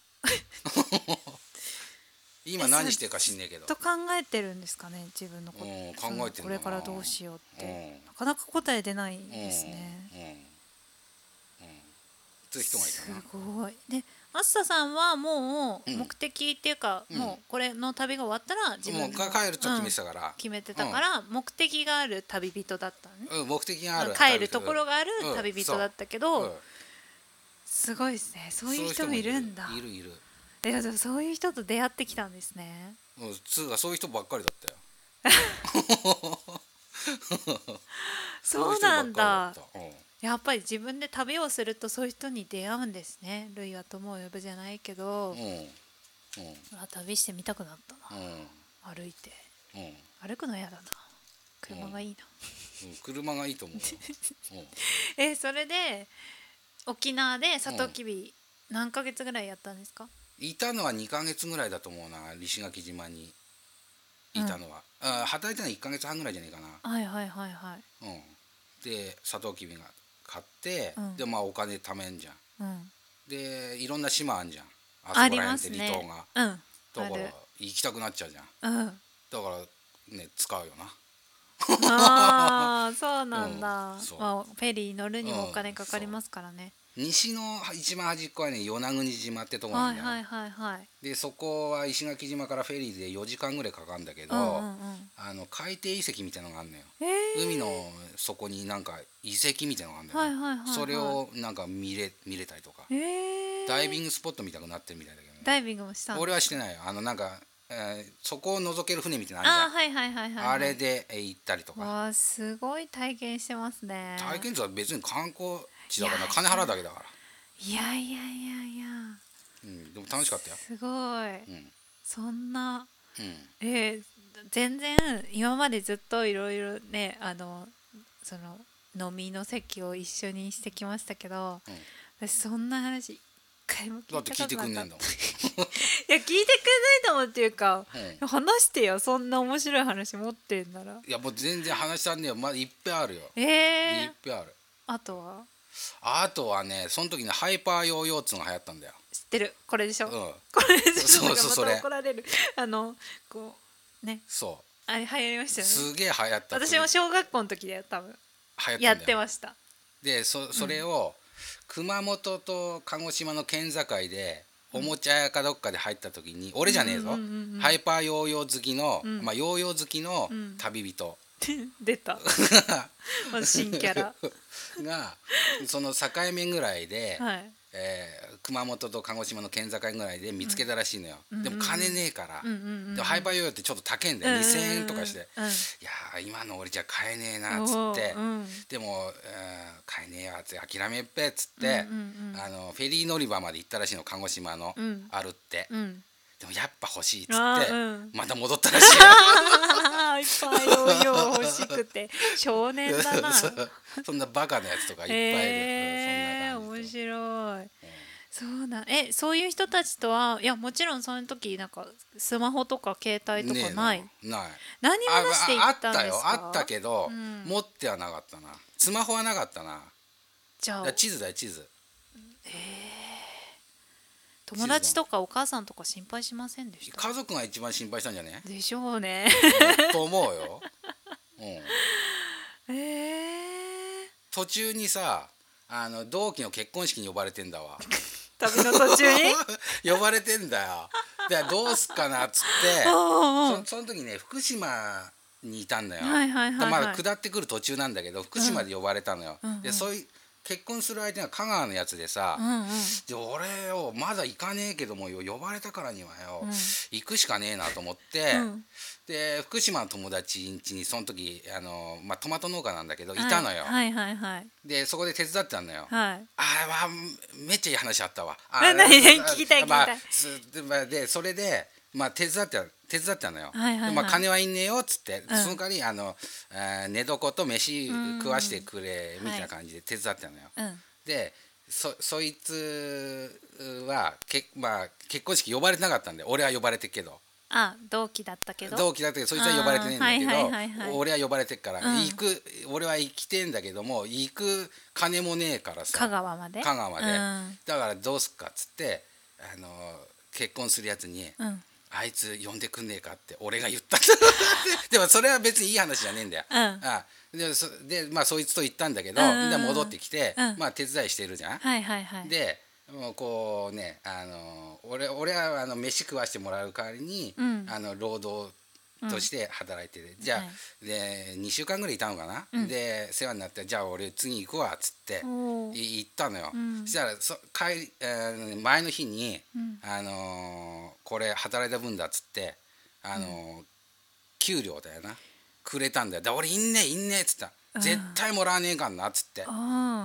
今何してるか知んねえけどと考えてるんですかね自分のこと、うん、考えてるこれからどうしようって、うん、なかなか答え出ないですね。うんうんうん、 そういう人がいたな。 すごい。であすささんはもう目的っていうか、うん、もうこれの旅が終わったら自分もう帰ると決めてたから、うん、 決めてたから、目的がある旅人だったね、 うん、目的がある帰るところがある旅人だったけど、うん、すごいですね。そういう人もいるんだ。 いるいる。 いやそういう人と出会ってきたんですね。 うん、つうかそういう人ばっかりだったよそうなんだ。やっぱり自分で旅をするとそういう人に出会うんですね。類は友を呼ぶじゃないけど、うんうん、あ旅してみたくなったな、うん、歩いて、うん、歩くの嫌だな。車がいいな、 うんうん、車がいいと思う、 うん、えそれで沖縄でサトウキビ何ヶ月ぐらいやったんですか？ いたのはにかげつぐらいだと思うな。石垣島にいたのは、うん、あ働いたのはいっかげつはんぐらいじゃないかな。 はいはいはいはい、 うん、でサトウキビが買って、うん、でまあお金貯めんじゃん、うん、でいろんな島あんじゃんあそこら辺って離島が、うん、だから行きたくなっちゃうじゃん、うん、だからね使うよなあそうなんだ、うんまあ、フェリー乗るにもお金かかりますからね、 西の一番端っこはね与那国島ってとこなんだよ、 はいはいはいはい、 でそこは石垣島からフェリーでよじかんぐらいかかるんだけど、 うんうんうん、 あの海底遺跡みたいなのがあるのよ、 えー、 海の底になんか遺跡みたいなのがあるんだよ、 はいはいはいはい、 それをなんか見れ見れたりとか、 えー、 ダイビングスポットみたいになってるみたいだけどね。 ダイビングもしたん？ 俺はしてないよ。あのなんか、えー、そこを覗ける船みたいなのあるじゃん。 あ、はいはいはいはい、はい、 あれで、えー、行ったりとか。 わあ、すごい体験してますね。 体験とは別に観光地だから金払うだけだから。 いやいやいやいや、 うん、でも楽しかったよ。 すごい、うん、そんな、 うん、 えー、全然今までずっといろいろね、あのその飲みの席を一緒にしてきましたけど、うん、私そんな話一回も聞いたことなかった。 だって聞いてくんねえんだもん。 いや、聞いてくんないと思うっていうか、うん、話してよ、そんな面白い話持ってんなら。 いやもう全然話したんねよ、まだいっぱいあるよ。 えー、 いっぱいある。 あとはあとはね、その時にハイパーヨーヨーっつうのが流行ったんだよ。 知ってる、これでしょ、うん、これでしょ。 そうそう、それ怒られる、あのこうね、 そう、 あれ流行りましたよね。 すげえ流行った。 私も小学校の時だよ、多分流行ったんだよ、やってました。 で そ, それを、うん、熊本と鹿児島の県境でおもちゃ屋かどっかで入った時に、うん、俺じゃねえぞ、うんうんうん、ハイパーヨーヨー好きの、うん、まあヨーヨー好きの旅人、 うん、出た新キャラがその境目ぐらいで、 はい、えー、熊本と鹿児島の県境ぐらいで見つけたらしいのよ、うん、でも金ねえから、うんうんうん、でもハイパーヨーヨーってちょっと高いんだよ、うんうんうん、にせんえんとかして、うん、いや今の俺じゃ買えねえなっつって、うん、でも、えー、買えねえわって諦めっぺっつって、うんうんうん、あのフェリー乗り場まで行ったらしいの、鹿児島の、うん、あるって、うん、でもやっぱ欲しいっつって、うん、また戻ったらしいよハイパーヨーヨー欲しくて少年だなそんなバカなやつとかいっぱいいる、 えー、そんな感じ。面白い、うん、そうな、え、そういう人たちとは、いやもちろんその時なんかスマホとか携帯とかない、 ね、ない、 何を出していったんですか？ あったよ、あったけど、うん、持ってはなかったな、スマホはなかったな。じゃあ地図だよ、地図。えー、 友達とかお母さんとか心配しませんでした？ 家族が一番心配したんじゃねでしょうねと思うよ、うん、 えー、 途中にさ、あの同期の結婚式に呼ばれてんだわ旅の途中に呼ばれてんだよ。でどうすっかなっつってそ, その時ね福島にいたんだよ、はいはいはいはい、まだ下ってくる途中なんだけど福島で呼ばれたのよ、うん、でそういう結婚する相手が香川のやつでさ、うんうん、で俺よまだ行かねえけどもよ呼ばれたからにはよ、うん、行くしかねえなと思って、うん、で福島の友達ん家にその時あの、まあ、トマト農家なんだけどいたのよ、 はいはいはいはい、 でそこで手伝ってたのよ、はい、ああめっちゃいい話あったわ。 あ何聞きたい聞きたい、 まあ、でそれで、まあ、手伝って手伝ったのよ、はいはいはい、まあ、金はいんねえよっつって、うん、その代わりあの、えー、寝床と飯食わしてくれみたいな感じで手伝ったのよ、はい、で そ, そいつはけ、まあ、結婚式呼ばれてなかったんで俺は呼ばれてるけど、 あ同期だったけど同期だったけどそいつは呼ばれてねえんだけど、はいはいはいはい、俺は呼ばれてっから、うん、行く俺は行きてんだけども行く金もねえからさ香川まで香川まで、うん、だからどうすっかっつってあの結婚するやつに、うん、あいつ呼んでくんねえかって俺が言ったでもそれは別にいい話じゃねえんだよ、うん、あで, そでまあそいつと行ったんだけど、うんうん、で戻ってきて、うん、まあ手伝いしてるじゃん、はいはいはい、でもうこうねあの 俺, 俺はあの飯食わしてもらう代わりに、うん、あの労働として働いてて、うん、じゃあ、はい、でにしゅうかんぐらいいたのかな、うん、で世話になってじゃあ俺次行くわっつって行ったのよ、うん、そしたらそ帰、えー、前の日に、うん、あのー、これ働いた分だっつってあのーうん、給料だよなくれたんだよ。だ俺いんねえいんねえっつった、うん、絶対もらわねえかんなっつって、うん、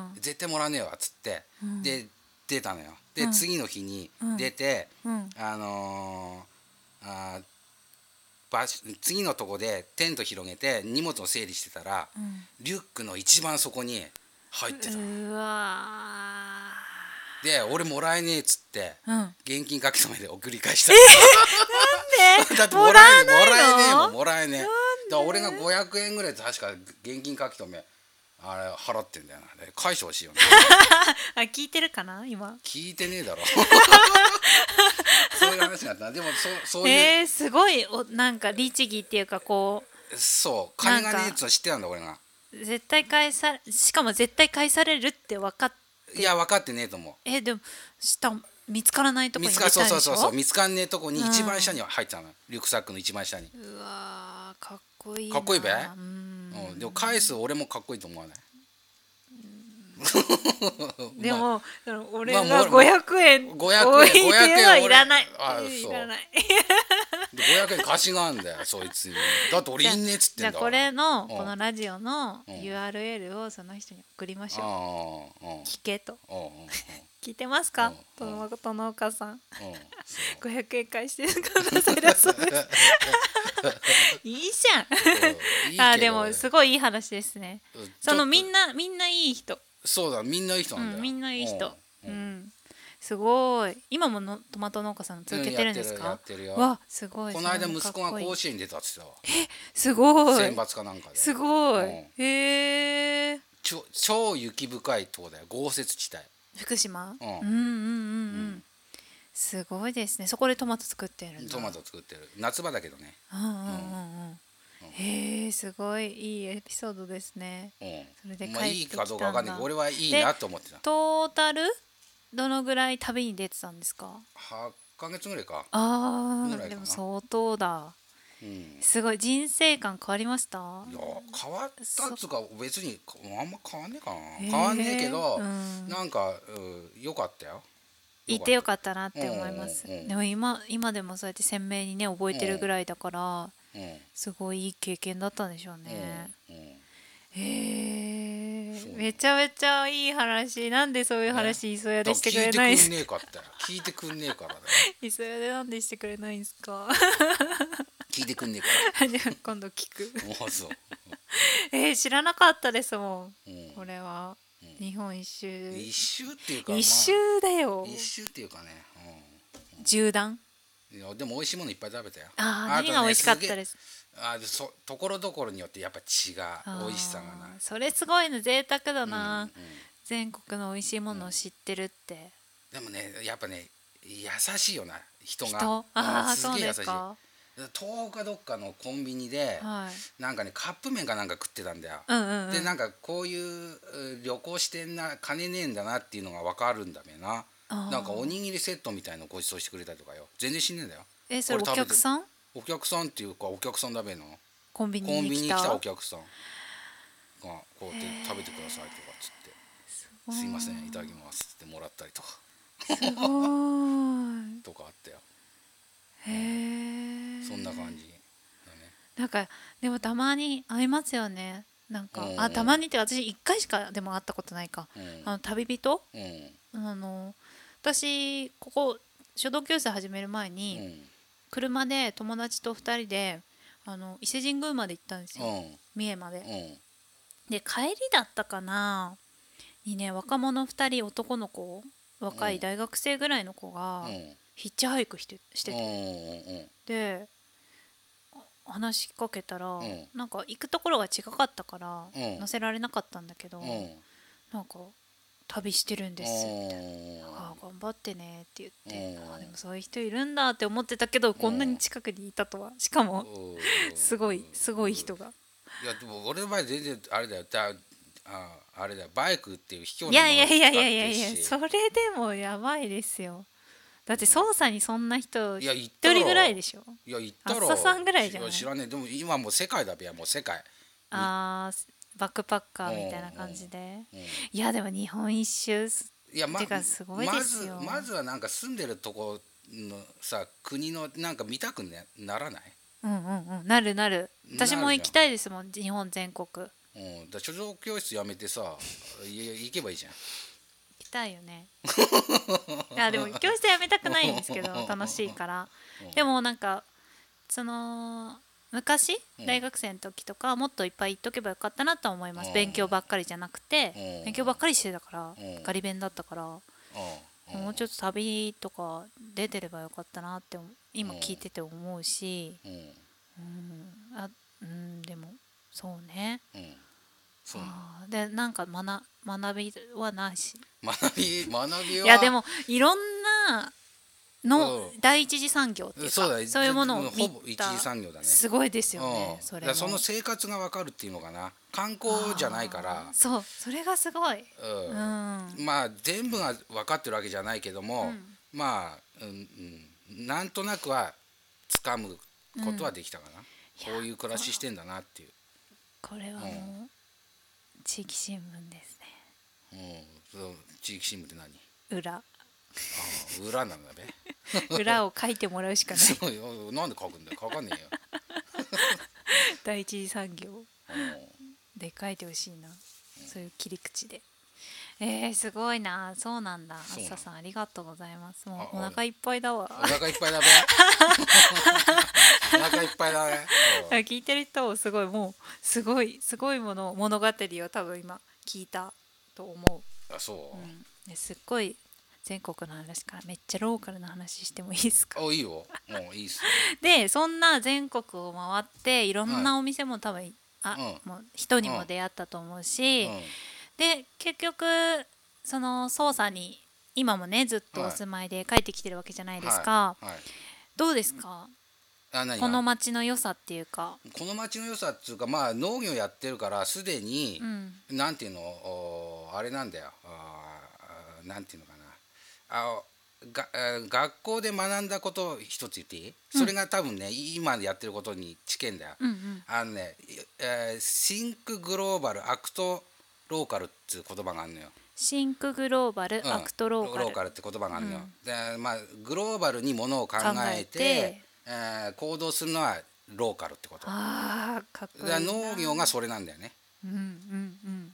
絶対もらわねえわっつって、うん、で出たのよ。で、うん、次の日に出て、うん、あのー、あ場次のとこでテント広げて荷物を整理してたら、うん、リュックの一番底に入ってた。うわで俺もらえねえっつって、うん、現金書き留めで送り返した。えー、なんでだってもらえもらえねえもんもらえねえ。だから俺がごひゃくえんぐらいで確か現金書き留めあれ払ってんだよな。返してほしいよねあ聞いてるかな今。 聞いてねえだろそういう話があった。でもそそういうえー、すごいおなんか律儀っていうかこうそう金がねえっつの知ってたんだ俺が。 絶対返さしかも絶対返されるって分かって。 いや分かってねえと思う。 えでも下見つからないとこに見つか入れたんでしょ。 そうそうそうそう見つかんねえとこに一番下に入ってたの、うん、リュックサックの一番下に。 うわかっこいいな。 かっこいいべ、 うんうん、でも返す俺もかっこいいと思わない？ でも、まあ、俺がごひゃくえんごひゃくえんごひゃくえんはいらない。 あそういらないでごひゃくえん貸しがあんだよそいつに。だって俺いんねっつってんだから。 じゃあこれのこのラジオの ユーアールエル をその人に送りましょう。聞けと。聞いてますか殿岡さん。ごひゃくえん返してくださいだそうです。いいじゃん。あでもすごいいい話ですね。そのみんなみんないい人。 そうだみんないい人なんだよ、 うん、みんないい人、うんうん、すごい。今ものトマト農家さん続けてるんですか？ やってるやってるよ。 わすごい。 この間息子が甲子園に出たって言ってたわ。 えすごい。 選抜かなんかで。 すごい、うん、へえ。 超、超雪深いとこだよ、豪雪地帯福島、 うん、うんうんうんうんうん、すごいですね。そこでトマト作ってるんだ。 トマト作ってる夏場だけどね。 うんうんうんうん、へえすごいいいエピソードですね、うん、それで帰ってきたんだ。まあいいかどうかわかんないけど俺はいいなと思ってた。 トータルどのぐらい旅に出てたんですか？ はちかげつぐらいか。 ああでも相当だ、うん、すごい。人生観変わりました？ いや変わったっつうか別にあんま変わんねえかな。変わんねえけど、うん、なんか、うん、よかったよ。 いてよかったなって思います、うんうんうん、でも 今, 今でもそうやって鮮明にね覚えてるぐらいだから、うん、すごいいい経験だったんでしょうね、うんうん、へえめちゃめちゃいい話。なんでそういう話磯屋でしてくれないんですか？ 聞いてくんねえからだよ磯屋でなんでしてくれないんですか？ 聞いてくんねえからじゃあ今度聞くもうそうえー、知らなかったですもん、うん、これは日本一周一周っていうか一周だよ、 まあ、一周っていうかね、 うん、縦断。 いやでも美味しいものいっぱい食べたよ。 ああ、ね、何が美味しかったです？ あそところどころによってやっぱ違う美味しさがな。 それすごいの贅沢だな、うんうん、全国の美味しいものを知ってるって、 うん、でもねやっぱね優しいよな人が。 人ああ、そうですか。 東北かどっかのコンビニで、はい、なんかねカップ麺かなんか食ってたんだよ、 うんうんうん、 でなんかこういう旅行してんな金ねえんだなっていうのが分かるんだめな。なんかおにぎりセットみたいのご馳走してくれたりとかよ。全然死んねえんだよ。 えそれお客さん？ お客さんっていうかお客さんだべのコンビニに来たコンビニに来たお客さんがこうやって食べてくださいとかっつってす, すいませんいただきますってもらったりとかすごいとかあったよ。 へえそんな感じだね。 なんかでもたまに会いますよね。なんかあたまにって私いっかいしかでも会ったことないか、うん、あの旅人、うん、あの私ここ書道教室始める前に、うん、車で友達とふたりであの伊勢神宮まで行ったんですよ、うん、三重まで、うん、で帰りだったかなにね若者ふたり男の子若い大学生ぐらいの子が、うんヒッチハイクしてしてて、うんうん、で話しかけたら、うん、なんか行くところが違かったから、うん、乗せられなかったんだけど、うん、なんか旅してるんですって、あ頑張ってねって言って、あでもそういう人いるんだって思ってたけど、こんなに近くにいたとは。しかもすごいすごい人が。 いやでも俺の場合全然あれだよ。だああれだよバイクっていう卑怯なものを使ってるし。 いやいやいやいやいやいやそれでもやばいですよ。だって捜査にそんな人一人ぐらいでしょ。 いや言ったろ。 あっささんぐらいじゃない。 知らねえ。でも今もう世界だべやもう世界。 あーバックパッカーみたいな感じで、うんうん、いやでも日本一周いや、ま、てかすごいですよ。 まずまずはなんか住んでるとこのさ国のなんか見たく、ね、ならない？ うんうんうんなるなる。私も行きたいですもん日本全国。 うん、だ書道教室やめてさ行けばいいじゃん。 たいよねいやでも教室やめたくないんですけど楽しいから。でもなんかその昔大学生の時とかもっといっぱい行っとけばよかったなとは思います。勉強ばっかりじゃなくて勉強ばっかりしてたからガリ勉だったからもうちょっと旅とか出てればよかったなって今聞いてて思うし、うんあうんでもそうね。そうでなんか学学びはないし学び学びはいやでもいろんなの第一次産業っていうか、 そうだ、 そういうものを見た、 ほぼ一次産業だね。 すごいですよね、 うん、 それも。 だからその生活が分かるっていうのかな。観光じゃないから。 そう、それがすごい、 うんうん、 まあ全部が分かってるわけじゃないけども、 うん、 まあ、うんうん、なんとなくは掴むことはできたかな、うん、こういう暮らししてんだなっていう。 これはもう、うん、地域新聞ですね。うん、そう、地域新聞って何？ 裏。ああ、裏なんだべ。 裏を書いてもらうしかない。 そうよ、なんで書くんだよ、書かねえよ。 第一次産業で書いてほしいな、うん、そういう切り口で。えー、すごいな。そうなんだ。あっささん、ありがとうございます。もうお腹いっぱいだわ。 お腹いっぱいだべ。お腹いっぱいだね。 聞いてる人もすごい、もうすごいすごいもの物語を多分今聞いたと思う。 あ、そう。 うんね、すっごい全国の話からめっちゃローカルな話してもいいですか？ あ、いいよ。もういいっす。 で、そんな全国を回っていろんなお店も多分、はい、あ、うん、もう人にも出会ったと思うし、うんうん、で結局その捜査に今もねずっとお住まいで帰ってきてるわけじゃないですか、はいはい、どうですか、あ、何がこの町の良さっていうか。 この町の良さっていうか、まあ農業やってるからすでに、うん、なんていうの、あれなんだよ、あ、なんていうのかな、あが学校で学んだことを一つ言っていい？それが多分ね、うん、今やってることに近いんだよ、うんうん、あのね、えー、シンクグローバルアクトローカルっていう言葉があるのよ。 シンクグローバル、うん、アクトローカル、 ローカルって言葉があるのよ、うん、で、まあ、グローバルにものを考えて、考えて、えー、行動するのはローカルってこと。 あー、かっこいいな。 農業がそれなんだよね、 うんうんうん、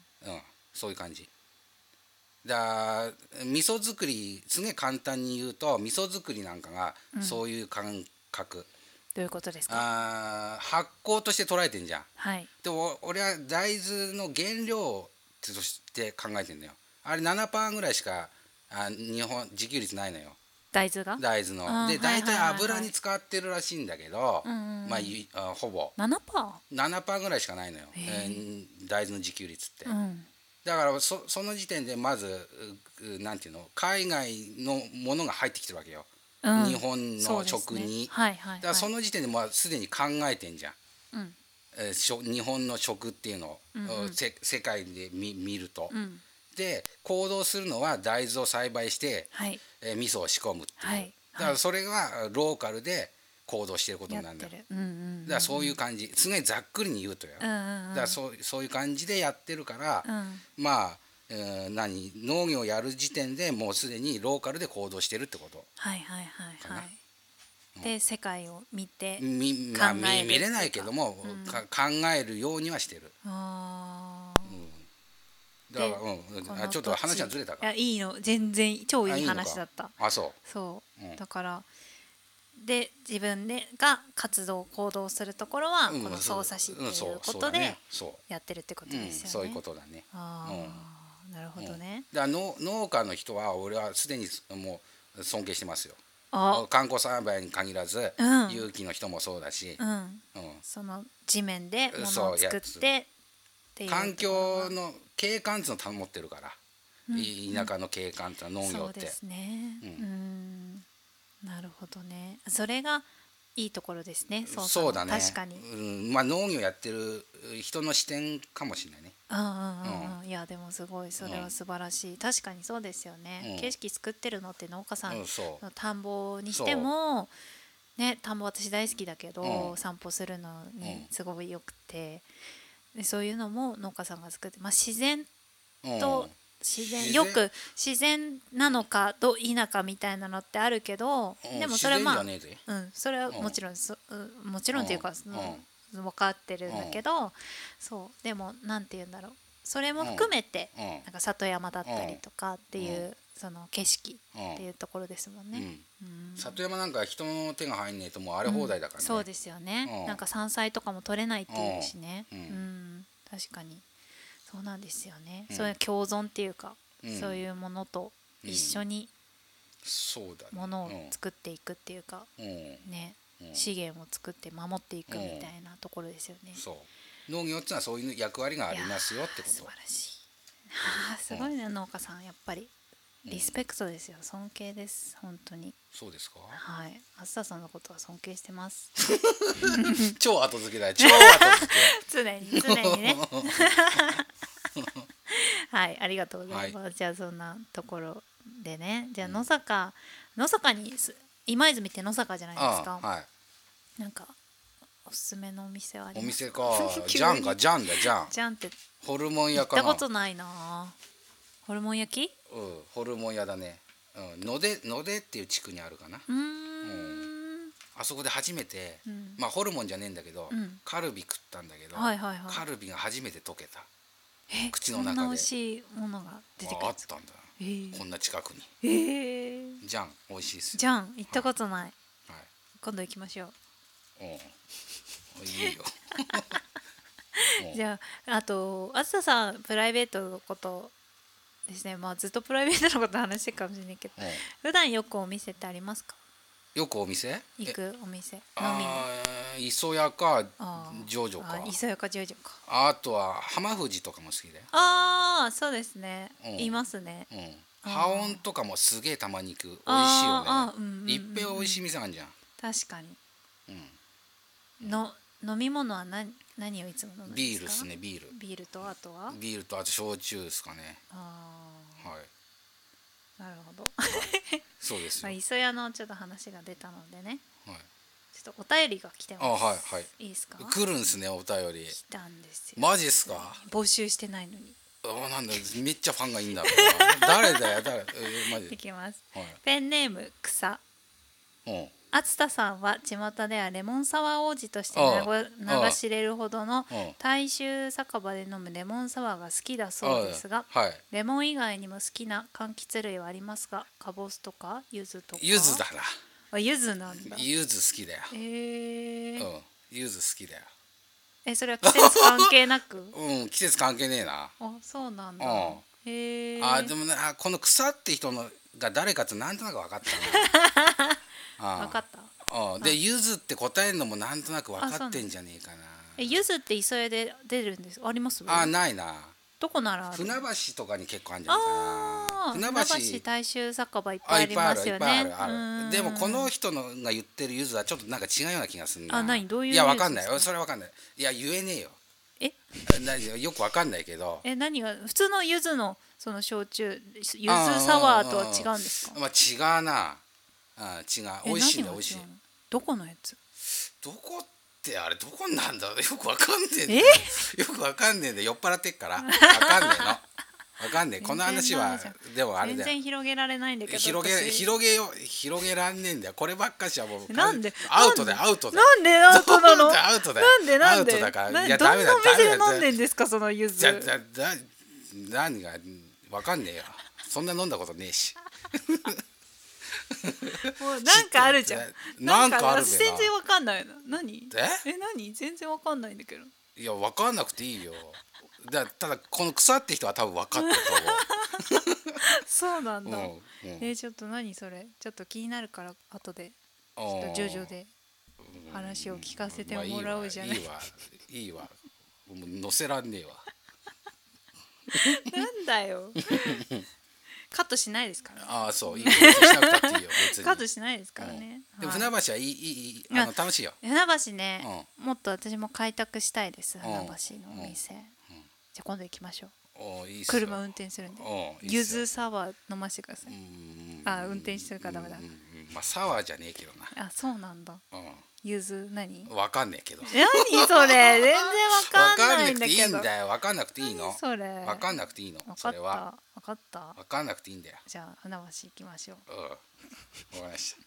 うん、そういう感じだ。味噌作りすげえ簡単に言うと、味噌作りなんかがそういう感覚、うん、 どういうことですか？ あ、発酵として捉えてんじゃん、はい、で俺は大豆の原料として考えてんだよ。あれ ななパーセント ぐらいしかあ日本自給率ないのよ、大豆が。大豆ので大体油に使ってるらしいんだけど、まあほぼ ななパーセント? ななパーセント ぐらいしかないのよ、えー、大豆の自給率って、うん、だからそ, その時点でまずなんていうの、海外のものが入ってきてるわけよ、うん、日本の食に、ね、はいはいはい、だからその時点でもうすでに考えてんじゃん、うん、えー、日本の食っていうのを、うんうん、世界で 見, 見ると、うん、で行動するのは大豆を栽培して、はい、えー、味噌を仕込むっていう、はい、だからそれがローカルで行動してることになるんだよ、うんうんうん、だからそういう感じ、すごいざっくりに言うとよ、うんうんうん、だからそう、そういう感じでやってるから、うん、まあ、えー、何農業やる時点でもうすでにローカルで行動してるってこと。はいはいはいはい、 うん、で世界を見てみ、まあ、見, 見れないけども、うん、か考えるようにはしてる。あ、うん、だから、うん、ちょっと話はずれたか。 いや、いいの、全然超いい話だった。 あ、そう。 そう、うん、だからで自分でが活動行動するところは、うん、この匝瑳市っていうことでやってるってことですよね。 うん、そういうことだね。 あ、うん、なるほどね。 だから農農家の人は俺はすでにもう尊敬してますよ。観光栽培に限らず、うん、有機の人もそうだし、うんうん、 その地面で物を作ってっていう環境の景観っていうのを保ってるから、うん、田舎の景観っていうのは農業って。 そうですね、うんうん、なるほどね。それがいいところですね。そうそうだね。 確かに、 うん、まあ農業やってる人の視点かもしれないね。 うんうんうん、うん、いやでもすごいそれは素晴らしい、うん、確かにそうですよね、うん、景色作ってるのって農家さんの田んぼにしても、ね、田んぼ私大好きだけど、うん、散歩するのにすごいよくて、でそういうのも農家さんが作って、まあ、自然と、うん、自然よく自然なのかど田舎みたいなのってあるけど、うん、でもそれはまあ、うん、それはもちろん、うん、もちろんっていうか、うん、分かってるんだけど、うん、そうでもなんて言うんだろう、それも含めて、うん、なんか里山だったりとかっていう、うん、その景色っていうところですもんね、 うんうん、里山なんか人の手が入んねえともう荒れ放題だからね、 うん、そうですよね、うん、なんか山菜とかも取れないっていうしね、うんうん、確かにそうなんですよね、うん、そういう共存っていうか、うん、そういうものと一緒にものを作っていくっていうか、うん、ね、うん、資源を作って守っていくみたいなところですよね、うん、 そう農業ってのはそういう役割がありますよってこと。 素晴らしい、はあ、すごいね、うん、農家さんやっぱりリスペクトですよ、尊敬です本当に。 そうですか。 はい、あずささんのことは尊敬してます超後付けだよ、超後付け常に常にねはい、ありがとうございます、はい、じゃあそんなところでね、じゃあ野坂、うん、野坂に今泉って野坂じゃないですか。 ああ、はい、 なんかおすすめのお店はありますか？ お店かジャンか、ジャンだ、ジャンジャンってホルモン屋かな。 行ったことないな。ホルモン焼き？ うん、ホルモン屋だね。うん、野出野出っていう地区にあるかな。 うーん、うん、 あそこで初めて、 うん、 まあホルモンじゃねえんだけど、うん、カルビ食ったんだけど、はいはいはい、カルビが初めて溶けた。口の中でそんな美味しいものが出てくる。 あったんだ、えー、こんな近くに。 えー、 ジャン美味しいですよ。 ジャン行ったことない、はい、今度行きましょう。 うん、いいよじゃああとあずささんプライベートのことですね、まあずっとプライベートのこと話してるかもしれないけど、うん、普段よくお店ってありますか？ よくお店行くお店飲みに。磯屋かジョジョか。 磯屋かジョジョか。 あとは浜富士とかも好きだよ。 ああそうですね、うん、いますね、 うん、ハオンとかもすげえたまに行く。美味しいよね。うんうんうん、いっぺん美味しい店あるじゃん。 確かに、うん、の飲み物は何、何をいつも飲むんですか？ ビールですね、ビール。 ビールとあとは？ ビールとあと焼酎ですかね。 ああ、 はい。 なるほど。 そうですよ。 まあ、磯屋のちょっと話が出たのでね。 はい。 ちょっとお便りが来てます。 あ、はいはい。 いいですか？ 来るんですね、お便り。 来たんですよ。 マジっすか？ 募集してないのに。 あ、なんだ、めっちゃファンがいいんだろうな。誰だよ、誰。えー、マジで。 いきます。 はい、 ペンネーム草。 うん。 厚田さんは地元ではレモンサワー王子として名が知れるほどの大衆酒場で飲むレモンサワーが好きだそうですが、はい、レモン以外にも好きな柑橘類はありますか？カボスとか柚子とか。 柚子だな。 あ、柚子なんだ。 柚子好きだよ。 えー、 うん、柚子好きだよ。 え、それは季節関係なく？ うん、季節関係ねえな。 あ、そうなんだ。うん、 へえ。あ、でもね、この草って人のが誰かってなんとなく分かったな。 分かった。 あで、柚子って答えるのもなんとなく分かってんじゃねえかな。 え、柚子って磯屋で出るんです？あります？ あ、ないな。 どこならある？ 船橋とかに結構あるんじゃないかな。 船橋、船橋大衆酒場いっぱいありますよね。 あ、いっぱいある、いっぱいある、ある。でもこの人のが言ってる柚子はちょっとなんか違うような気がするな。 あ、何？どういう？ いや、分かんないよ。それ分かんない。いや、言えねえよ。 え？ よく分かんないけど。 え、何が普通の柚子のその焼酎、柚子サワーとは違うんですか？ まあ違うな。あ、違う。美味しいんだ、美味しい。 どこのやつ？ どこってあれどこなんだよくわかんねえんだよ。よくわかんねえんだよ。酔っ払ってっからわかんねえの。わかんねえ。この話はでもあれだよ。 全然広げられないんだけど。 広げ広げよ広げらんねえんだよ。こればっかしはもうなんでアウトだよ、アウトだよ。 なんでアウトなの？ アウトだよ。 なんでなんで？ アウトだから。いやダメだ。どんな店で飲んでんですかその柚子？ じゃだだ何がわかんねえよ。そんな飲んだことねえし。 もうなんかあるじゃん。 なんかあるべな。 私全然わかんないの。何？ え？ え、何？全然わかんないんだけど。 いや、わかんなくていいよ。だただこの草って人は多分分かってると思う。 そうなんだ。うんうん、えー、ちょっと何それ？ちょっと気になるから後でちょっと徐々で話を聞かせてもらおうじゃない。 いいわ、いいわ。もう載せらんねえわ。 なんだよ。カットしないですから、ね。 ああ、そう、いいよ。しなくたっていいよ。別に。 カットしないですからね。 うん、でも船橋はいい、いい、あの楽しいよ。 船橋ね、うん、もっと私も開拓したいです。船橋のお店。うんうん、じゃあ今度行きましょう。 おいいっすよ。 車運転するんで。柚子サワー飲ませてください。あ、運転してるからダメだ。 まあサワーじゃねえけどな。 あ、そうなんだ。うん。柚子何？ わかんねえけど。 何それ？全然わかんないんだけど。わかんなくていいんだよ。わかんなくていいの。 それ。 わかんなくていいの。それは。 わかった。 わかんなくていいんだよ。 じゃあ船橋行きましょう。 うん。わかりました。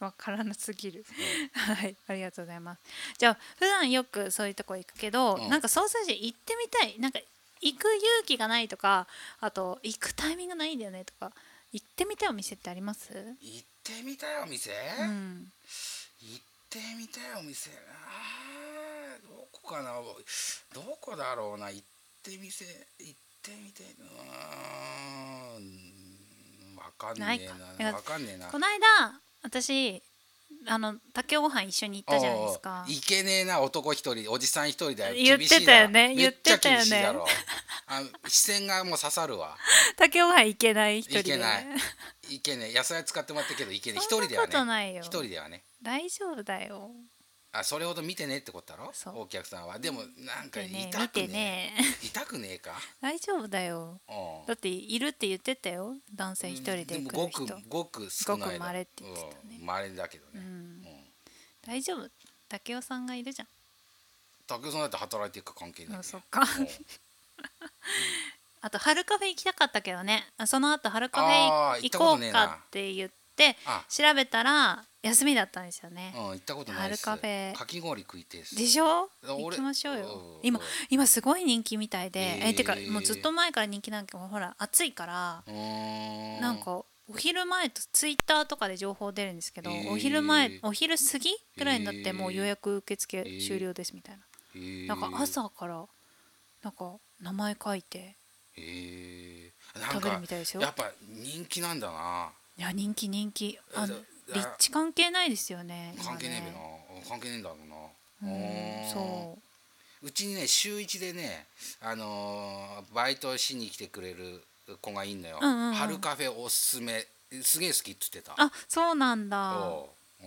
わからなすぎる。はい、ありがとうございます。じゃあ普段よくそういうとこ行くけど、なんかソーセージ行ってみたい。なんか行く勇気がないとか、あと行くタイミングないんだよねとか、行ってみたいお店ってあります？ 行ってみたいお店？うん。行ってみたいお店。ああ、どこかな。どこだろうな。行ってみせ行ってみて。うーん。わかんねえな。わかんねえな。 この間私あの竹ご飯一緒に行ったじゃないですか。 いけねえな、男一人おじさん一人だよ。 言ってたよね。言ってたよね。 あ視線がもう刺さるわ。 竹雄はいけない一人で。 いけないいけねえ野菜使ってもらってるけどいけねえ一人ではね。 そんなことないよ。 一人ではね。 大丈夫だよ。 あそれほど見てねえってことだろお客さんは。でもなんか痛くねえ、ね痛くねえか大丈夫だよ。だっているって言ってたよ男性一人で来る人。 ごくごく少ない。 ごく稀って言ってたね。 稀だけどね、うんうん、 大丈夫。竹雄さんがいるじゃん。 竹雄さんだって働いてるか関係ない、ね、 そっかあと春カフェ行きたかったけどね。その後春カフェ行こうかって言って調べたら休みだったんですよね。 うん、行ったことないです。 春カフェかき氷食いてえす。 でしょ。行きましょうよ。今今すごい人気みたいで、えー、えてかもうずっと前から人気なんだけど、ほら暑いからなんかお昼前とツイッターとかで情報出るんですけど、えー、お昼前お昼過ぎぐらいになってもう予約受付終了ですみたいな、えー、なんか朝からなんか名前書いて食べるみたいですよ。 やっぱ人気なんだな。 いや人気人気。あの立地関係ないですよね。 関係ねえな。関係ねえんだろうな。 うん、そう。 うちにね週一でね、あのー、バイトしに来てくれる子がいんのよ、うんうんうん、春カフェおすすめすげえ好きっつってた。 あ、そうなんだ。 うん、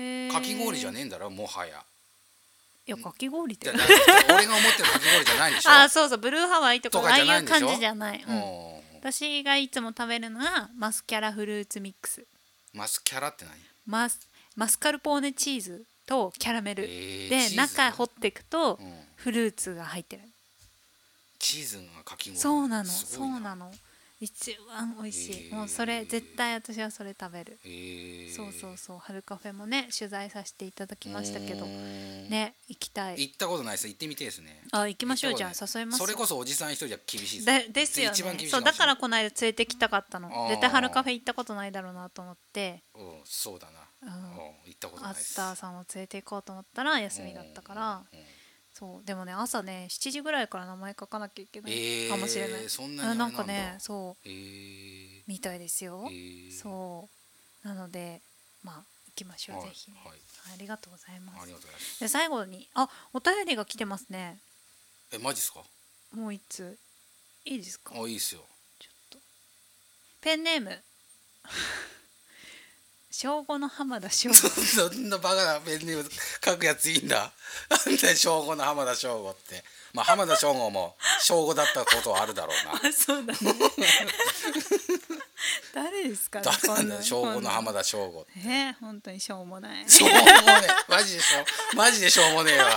へかき氷じゃねえんだろもはや。 いやかき氷って俺が思ってるかき氷じゃないんでしょ。 あ、そうそうブルーハワイとかああいう感じじゃない。うん、私がいつも食べるのはマスキャラフルーツミックス。 マスキャラって何？ マスマスカルポーネチーズとキャラメル、えー、で中掘っていくとフルーツが入ってる。 チーズがかき氷。 そうなのそうなの。一番美味しい、えー、もうそれ絶対私はそれ食べる、えー、そうそうそう。春カフェもね取材させていただきましたけどね、行きたい。 行ったことないです。行ってみてですね。 あ、行きましょう。じゃあ誘います。 それこそおじさん一人じゃ厳しいです。ですよね。一番厳しい。そうだからこの間連れてきたかったの。絶対春カフェ行ったことないだろうなと思って。 うん、そうだな、うん、行ったことないです。 アスターさんを連れて行こうと思ったら休みだったから、うんうん、そうでもね朝ねしちじぐらいから名前書かなきゃいけないかもしれない、えー、 そんなにあれなんだ。なんかねそう、 えー、 みたいですよ、えー、そうなのでまあ行きましょう、はい、ぜひね、はい、ありがとうございます。 ありがとうございます。 で最後にあお便りが来てますね。 えマジですか。 もう一通いいですか。 あいいですよ。 ちょっとペンネーム正午の浜田省吾そんなバカなペンネーム書くやついいんだ。なんで正午の浜田省吾って。まあ浜田省吾も正午だったことはあるだろうな。 あそうだね誰ですかね。 誰なんだよ正午の浜田省吾って。 えー、本当にしょうもない。 しょうもねえマジでしょマジでしょうもねえわ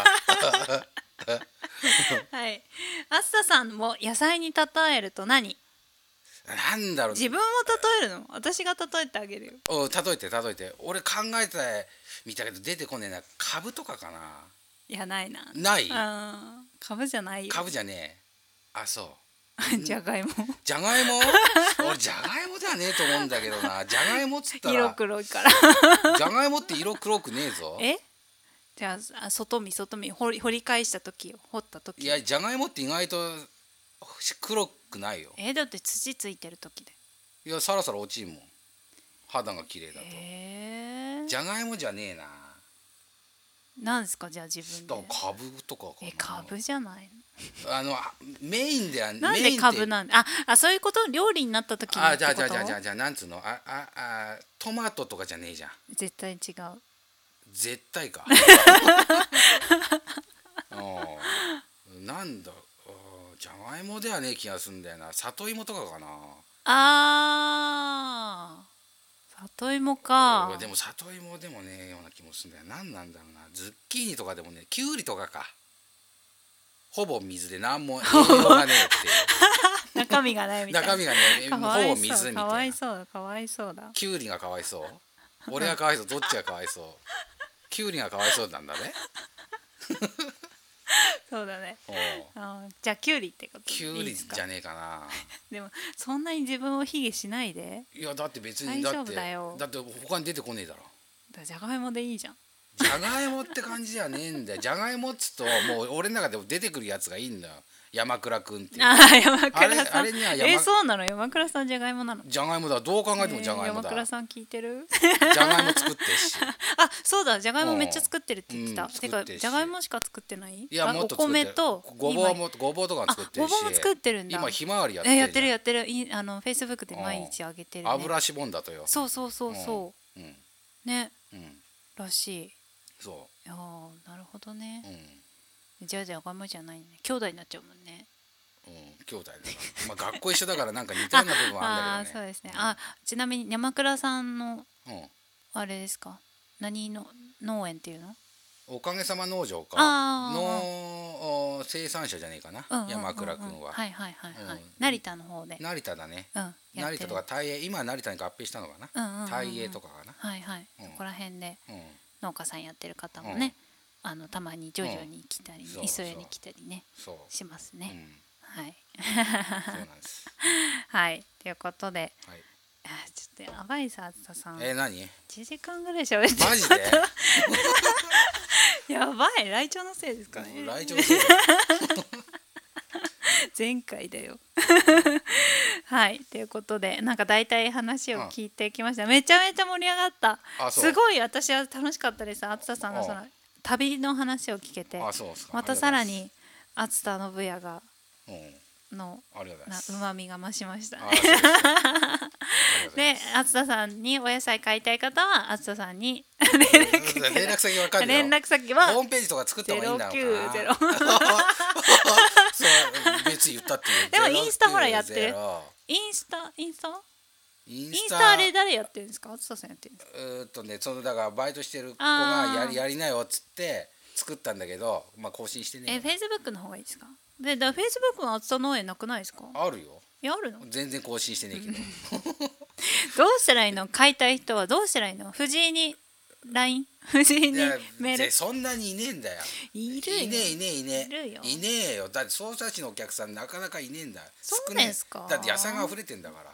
はい。あすたさんも野菜に例えると何？ なんだろう。 自分を例えるの？私が例えてあげるよ。 お例えて例えて。俺考えてみたけど出てこねえな。株とかかな。 いやないな。 ない。 あ株じゃないよ。 株じゃねえ。あそう。 じゃがいも。 じゃがいも？俺じゃがいもではねえと思うんだけどな。じゃがいもっつったら色黒いからじゃがいもって色黒くねえぞ。 えじゃあ外見外見掘り、掘り返した時掘った時。 いやじゃがいもって意外と黒くないよ。 えだって土ついてる時で。 いやサラサラ落ちんもん肌が綺麗だと。 えー、 じゃがいもじゃねえな。 なんですかじゃあ自分で。 株とかかな。 え株じゃないの。 あのメインではなんで株なんで。ああそういうこと。料理になった時に。 あじゃあじゃあじゃあじゃあじゃあなんつうの。あああトマトとかじゃねえじゃん。 絶対違う。 絶対かなんだじゃがいもではねえ気がするんだよな。里芋とかかな。 あー里芋か。 でも里芋でもねえような気もするんだよ。何なんだろうな。ズッキーニとかでもねキュウリとかか。ほぼ水で何も栄養がねえっていう中身がないみたいな。 中身がねほぼ水みたいな。 かわいそうだかわいそうだ。 キュウリがかわいそう。俺がかわいそう。どっちがかわいそう。キュウリがかわいそうなんだねそうだね。あじゃあキュウリってこと。 キュウリじゃねえかなでもそんなに自分を卑下しないで。 いやだって別にだって大丈夫だよ。 だって他に出てこねえだろ。 だじゃがいもでいいじゃん。 じゃがいもって感じじゃねえんだよ。じゃがいもっつともう俺の中でも出てくるやつがいいんだよ。 山倉くんっていう。 あ山倉さん。あれ、あれには山えー、そうなの？山倉さんじゃがいもなの？ じゃがいもだ。どう考えてもじゃがいもだ。 えー、山倉さん聞いてる？ じゃがいも作ってるし。 あ、そうだ、じゃがいもめっちゃ作ってるって言ってた。うん、てかじゃがいもしか作ってない？ いやもっと作ってる。お米とごぼうもごぼうとか作ってるし。 ごぼうも作ってるんだ。 今ひまわりやってる。 えー、やってるやってる。いあのフェイスブックで毎日あげてる、ね。 油しぼんだとよ。 そうそうそうそう。うん、ね、うん、らしい。 そう。 ああ、なるほどね。うん、じゃあじゃがいもじゃないね。兄弟になっちゃうもんね。 うん、兄弟だ。まあ学校一緒だからなんか似たような部分はあるんだけどね。 ああ、そうですね。あ、ちなみに山倉さんの、うん、あれですか。何の農園っていうの？ おかげさま農場かの生産者じゃねえかな、うんうんうんうん、山倉君は。 はいはいはいはい、うん、成田の方で。 成田だね、うん、成田とか大栄、今は成田に合併したのかな、うんうんうんうん、大栄とかかな、 はいはい、うん、そこら辺で農家さんやってる方もね、うん、あのたまに徐々に来たり、うん、磯谷に来たりねしますね、うん、はいそうなんですはいということで、はい、あちょっとやばいさ、あつたさん。 えー、何？いちじかんぐらい喋ってマジでやばい、ライチョウのせいですかね。 ライチョウのせい前回だよはいということで、なんか大体話を聞いてきました。めちゃめちゃ盛り上がった。すごい私は楽しかったです。あつたさんがその旅の話を聞けて、またさらにあつたのぶやがのうまみが増しましたねで、あつたさんにお野菜買いたい方はあつたさんに連絡先わかるよ。 連絡先はホームページとか作った方がいいんだろうかな。ゼロきゅうゼロそう別に言ったっていう。 でもインスタほらやってる。インスタインスタインスタあれ誰やってるんですか？あつたさんやってるんですか？ うーっとね、そのだからバイトしてる子がやりやりなよっつって作ったんだけど、まあ更新してねえ。 え、フェイスブックの方がいいですか？で、だフェイスブックのあつた農園なくないですか？ あるよ。 いや、あるの？ 全然更新してねえけどどうしたらいいの？買いたい人はどうしたらいいの？藤井に ライン？ 藤井にメール？ そんなにいねえんだよ。 いるよ。 いねえいねえいねえ。 いねえよ。だって捜査地のお客さんなかなかいねえんだ。 そうですか？ だって野菜が溢れてんだから。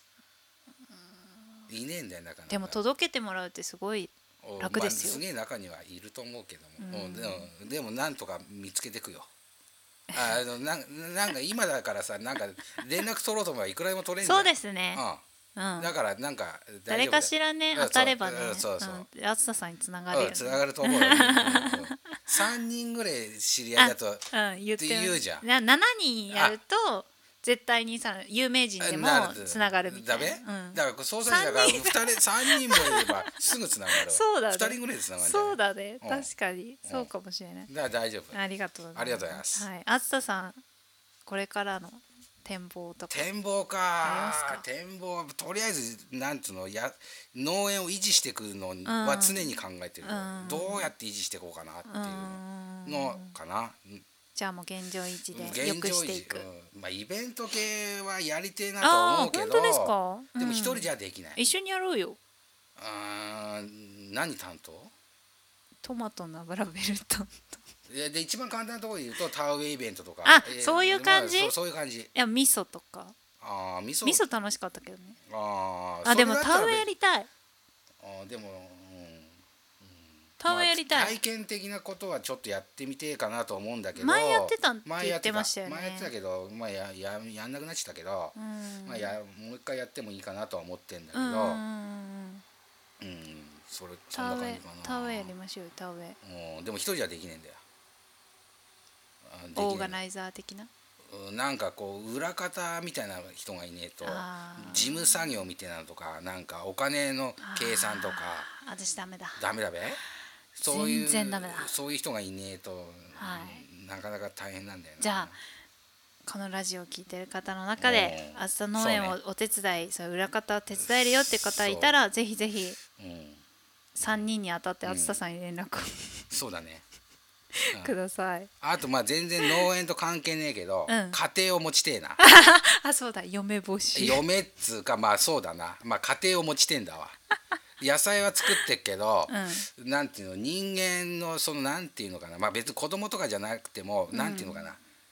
いねえんだよなかなか。 でも届けてもらうってすごい楽ですよ。 まあ、すげえ中にはいると思うけども、うん、でもでもなんとか見つけてくよ。あのななんか今だからさ、なんか連絡取ろうと思えばいくらでも取れるんだよ。 そうですね、 うんうん、だからなんか誰かしらね当たればね、そうそう、あつたさんにつながるよね。 つながると思うよさんにんぐらい知り合いだとって言うじゃん。 ななにんやると絶対にさ有名人でもつながるみたいな。 ダメ、うん、だから捜査員だからふたりさんにんもいればすぐつながる。 そうだね、 ふたりぐらいでつながる。 そうだね、うん、確かにそうかもしれない。 だから大丈夫。 ありがとうございます。 ありがとうございます。 はい、あつたさんこれからの展望とか。 展望か。展望とりあえずなんつうのや農園を維持していくのは常に考えてる、うん、どうやって維持していこうかなっていうのかな。 じゃあもう現状維持でよくしていく、 うん、まあイベント系はやりてえなと思うけど。 あ、本当ですか？ でも一人じゃできない、 うん、一緒にやろうよ。 あ何担当？ トマトの油ベルトで一番簡単なところで言うと田植えイベントとか。 あ、えー、そういう感じ、 まあ、そ, そういう感じ。いや味噌とか。 あ味噌味噌楽しかったけどね。 ああ、でも田植えやりたい。 あでも、うんうん、 田植えやりたい、 まあ、体験的なことはちょっとやってみてえかなと思うんだけど。 前やってたって言ってましたよね。 前やってたけど、まあ、や, や, やんなくなっちゃったけど、まあ、やもう一回やってもいいかなとは思ってんだけど、うん、うん、それそんな感じかな。 田植えやりましょうよ、田植え。 うん、でも一人じゃできねえんだよ。 オーガナイザー的な。 なんかこう裏方みたいな人がいねえと、事務作業みたいなのとか、なんかお金の計算とか。 私ダメだ。 ダメだべ。そういう全然ダメだ。 そういう人がいねえと、はい、なかなか大変なんだよね。 じゃあこのラジオを聞いてる方の中であつた農園をお手伝い、そう、ね、そう裏方を手伝えるよって方いたらぜひぜひ、うん、さんにんに当たってあつたさんに連絡を、うん、 そうだねください。 あとまあ全然農園と関係ねえけど、うん、家庭を持ちてえなあ、そうだ、嫁募集。 嫁っつうか、まあそうだな、まあ家庭を持ちてんだわ野菜は作ってっけど、うん、なんていうの、人間のそのなんていうのかな、まあ別に子供とかじゃなくても、うん、なんていうのかな、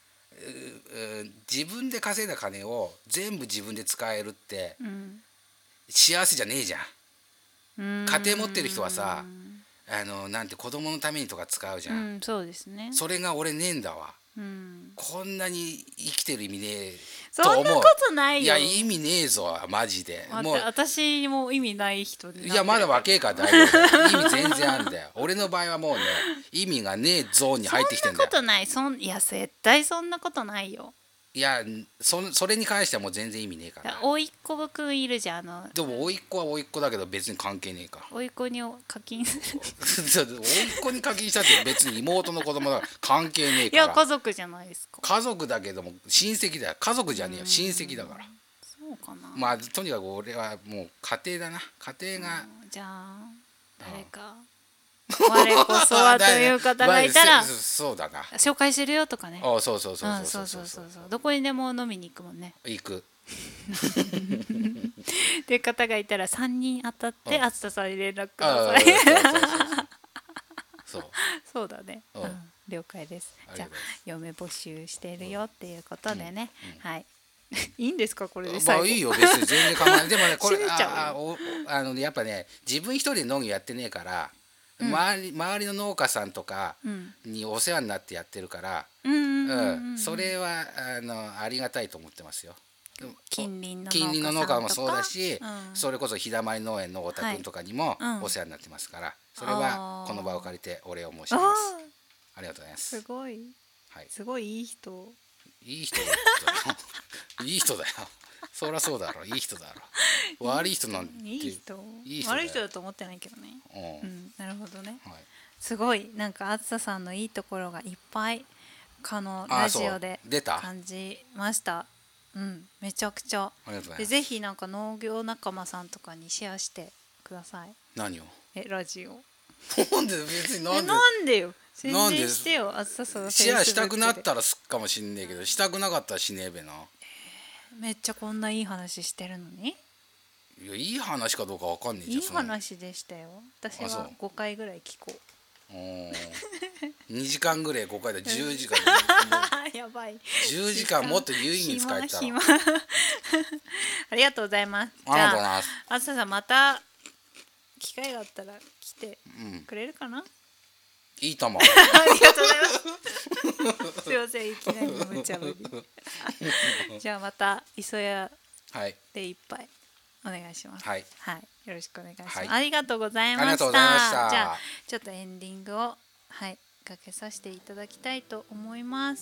自分で稼いだ金を全部自分で使えるって、うん、幸せじゃねえじゃん。家庭持ってる人はさ、あのなんて子供のためにとか使うじゃん、 うん、そうですね。 それが俺ねえんだわ、 うん、 こんなに生きてる意味ねえと思う。そんなことないよ。 いや意味ねえぞマジで。 もう私も意味ない人で。 いやまだ若えから大丈夫。意味全然あるんだよ。俺の場合はもうね意味がねえゾーンに入ってきてんだよ。 そんなことない。そんいや絶対そんなことないよ。 いや そ, それに関してはもう全然意味ねえから。 甥っ子くんいるじゃん。あのでも甥っ子は甥っ子だけど別に関係ねえか。 甥っ子に課金する甥っ子に課金したって別に妹の子供だから関係ねえから。 いや家族じゃないですか。 家族だけども親戚だよ。家族じゃねえよ親戚だから。 そうかな。 まあとにかく俺はもう家庭だな。家庭が、 うん、じゃあ誰か我こそはという方がいたらそうだな紹介するよとかね。 ああそうそうそうそうそうそうそう。どこにでも飲みに行くもんね。 行くっていう方がいたらさんにん当たってあつたさんに連絡ください。 そうそうだね、うん、了解です。じゃあ嫁募集しているよっていうことでね、うんうん、はいいいんですかこれで最後。 まあいいよ別に全然構わない。でもねこれあああの、ね、やっぱね自分一人で農業やってねえから、うん、周り周りの農家さんとかにお世話になってやってるから、それはあのありがたいと思ってますよ。 近隣の近隣の農家もそうだし、うん、それこそ日だまり農園の太田君とかにもお世話になってますから、はい、それはこの場を借りてお礼を申し上げます。ありがとうございます。 すごい、はい、すごいいい人。 いい人だよいい人だよ。そりゃそうだろいい人だろ。悪い人なんていい人。いい人悪い人だと思ってないけどね。うん、うん、なるほどね、はい、すごいなんかあつささんのいいところがいっぱいこのラジオで感じました。うん、めちゃくちゃ。でぜひなんか農業仲間さんとかにシェアしてください。 何を？ えラジオ。 なんで別になんで？ なんでよ。宣伝してよ。あつささんシェアしたくなったらすっかもしんねえけど、したくなかったらしねえべな。 えー、めっちゃこんないい話してるのに。 いやいい話かどうかわかんねえじゃん。 いい話でしたよ。私はごかいぐらい聞こう。 にじかんぐらいごかいだじゅうじかんやばいじゅうじかんもっと有意義に使えたらありがとうございます。 ありがとうございます。 あつささんまた機会があったら来てくれるかな、うん、 いいと思うありがとうございますすいませんいきなり無茶ぶりじゃあまた磯屋で一杯お願いします。はい、はい、よろしくお願いします、はい、ありがとうございました。ありがとうございました。じゃあちょっとエンディングをはいかけさせていただきたいと思います。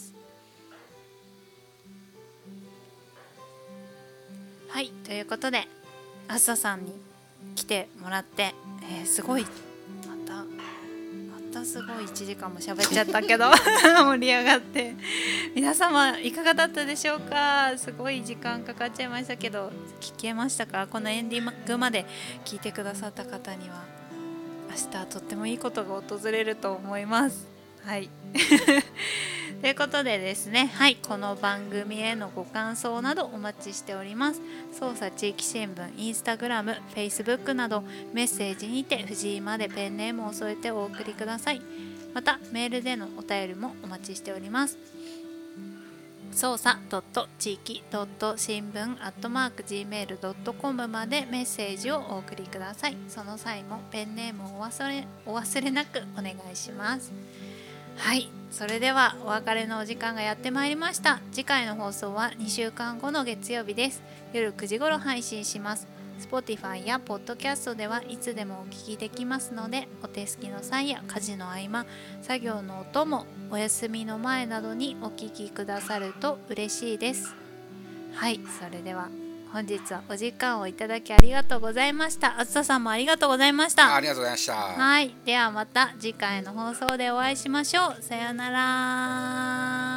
はいということであつささんに来てもらって、えー、すごいまたまたすごいいちじかんも喋っちゃったけど盛り上がって皆様いかがだったでしょうか。すごい時間かかっちゃいましたけど聞けましたか。このエンディングまで聞いてくださった方には明日とってもいいことが訪れると思います。はいということでですね、はい、この番組へのご感想などお待ちしております。捜査地域新聞、インスタグラム、フェイスブックなどメッセージにて藤井までペンネームを添えてお送りください。またメールでのお便りもお待ちしております。捜査地域新聞アットマーク ジーメールドットコム までメッセージをお送りください。その際もペンネームをお忘れ、お忘れなくお願いします。はい、それではお別れのお時間がやってまいりました。次回の放送はにしゅうかんごの月曜日です。夜くじ頃配信します。 Spotify や Podcast ではいつでもお聞きできますので、お手すきの際や家事の合間、作業のお供、お休みの前などにお聞きくださると嬉しいです。はい、それでは本日はお時間をいただきありがとうございました。あつささんもありがとうございました。 ありがとうございました。 はい、ではまた次回の放送でお会いしましょう。さようなら。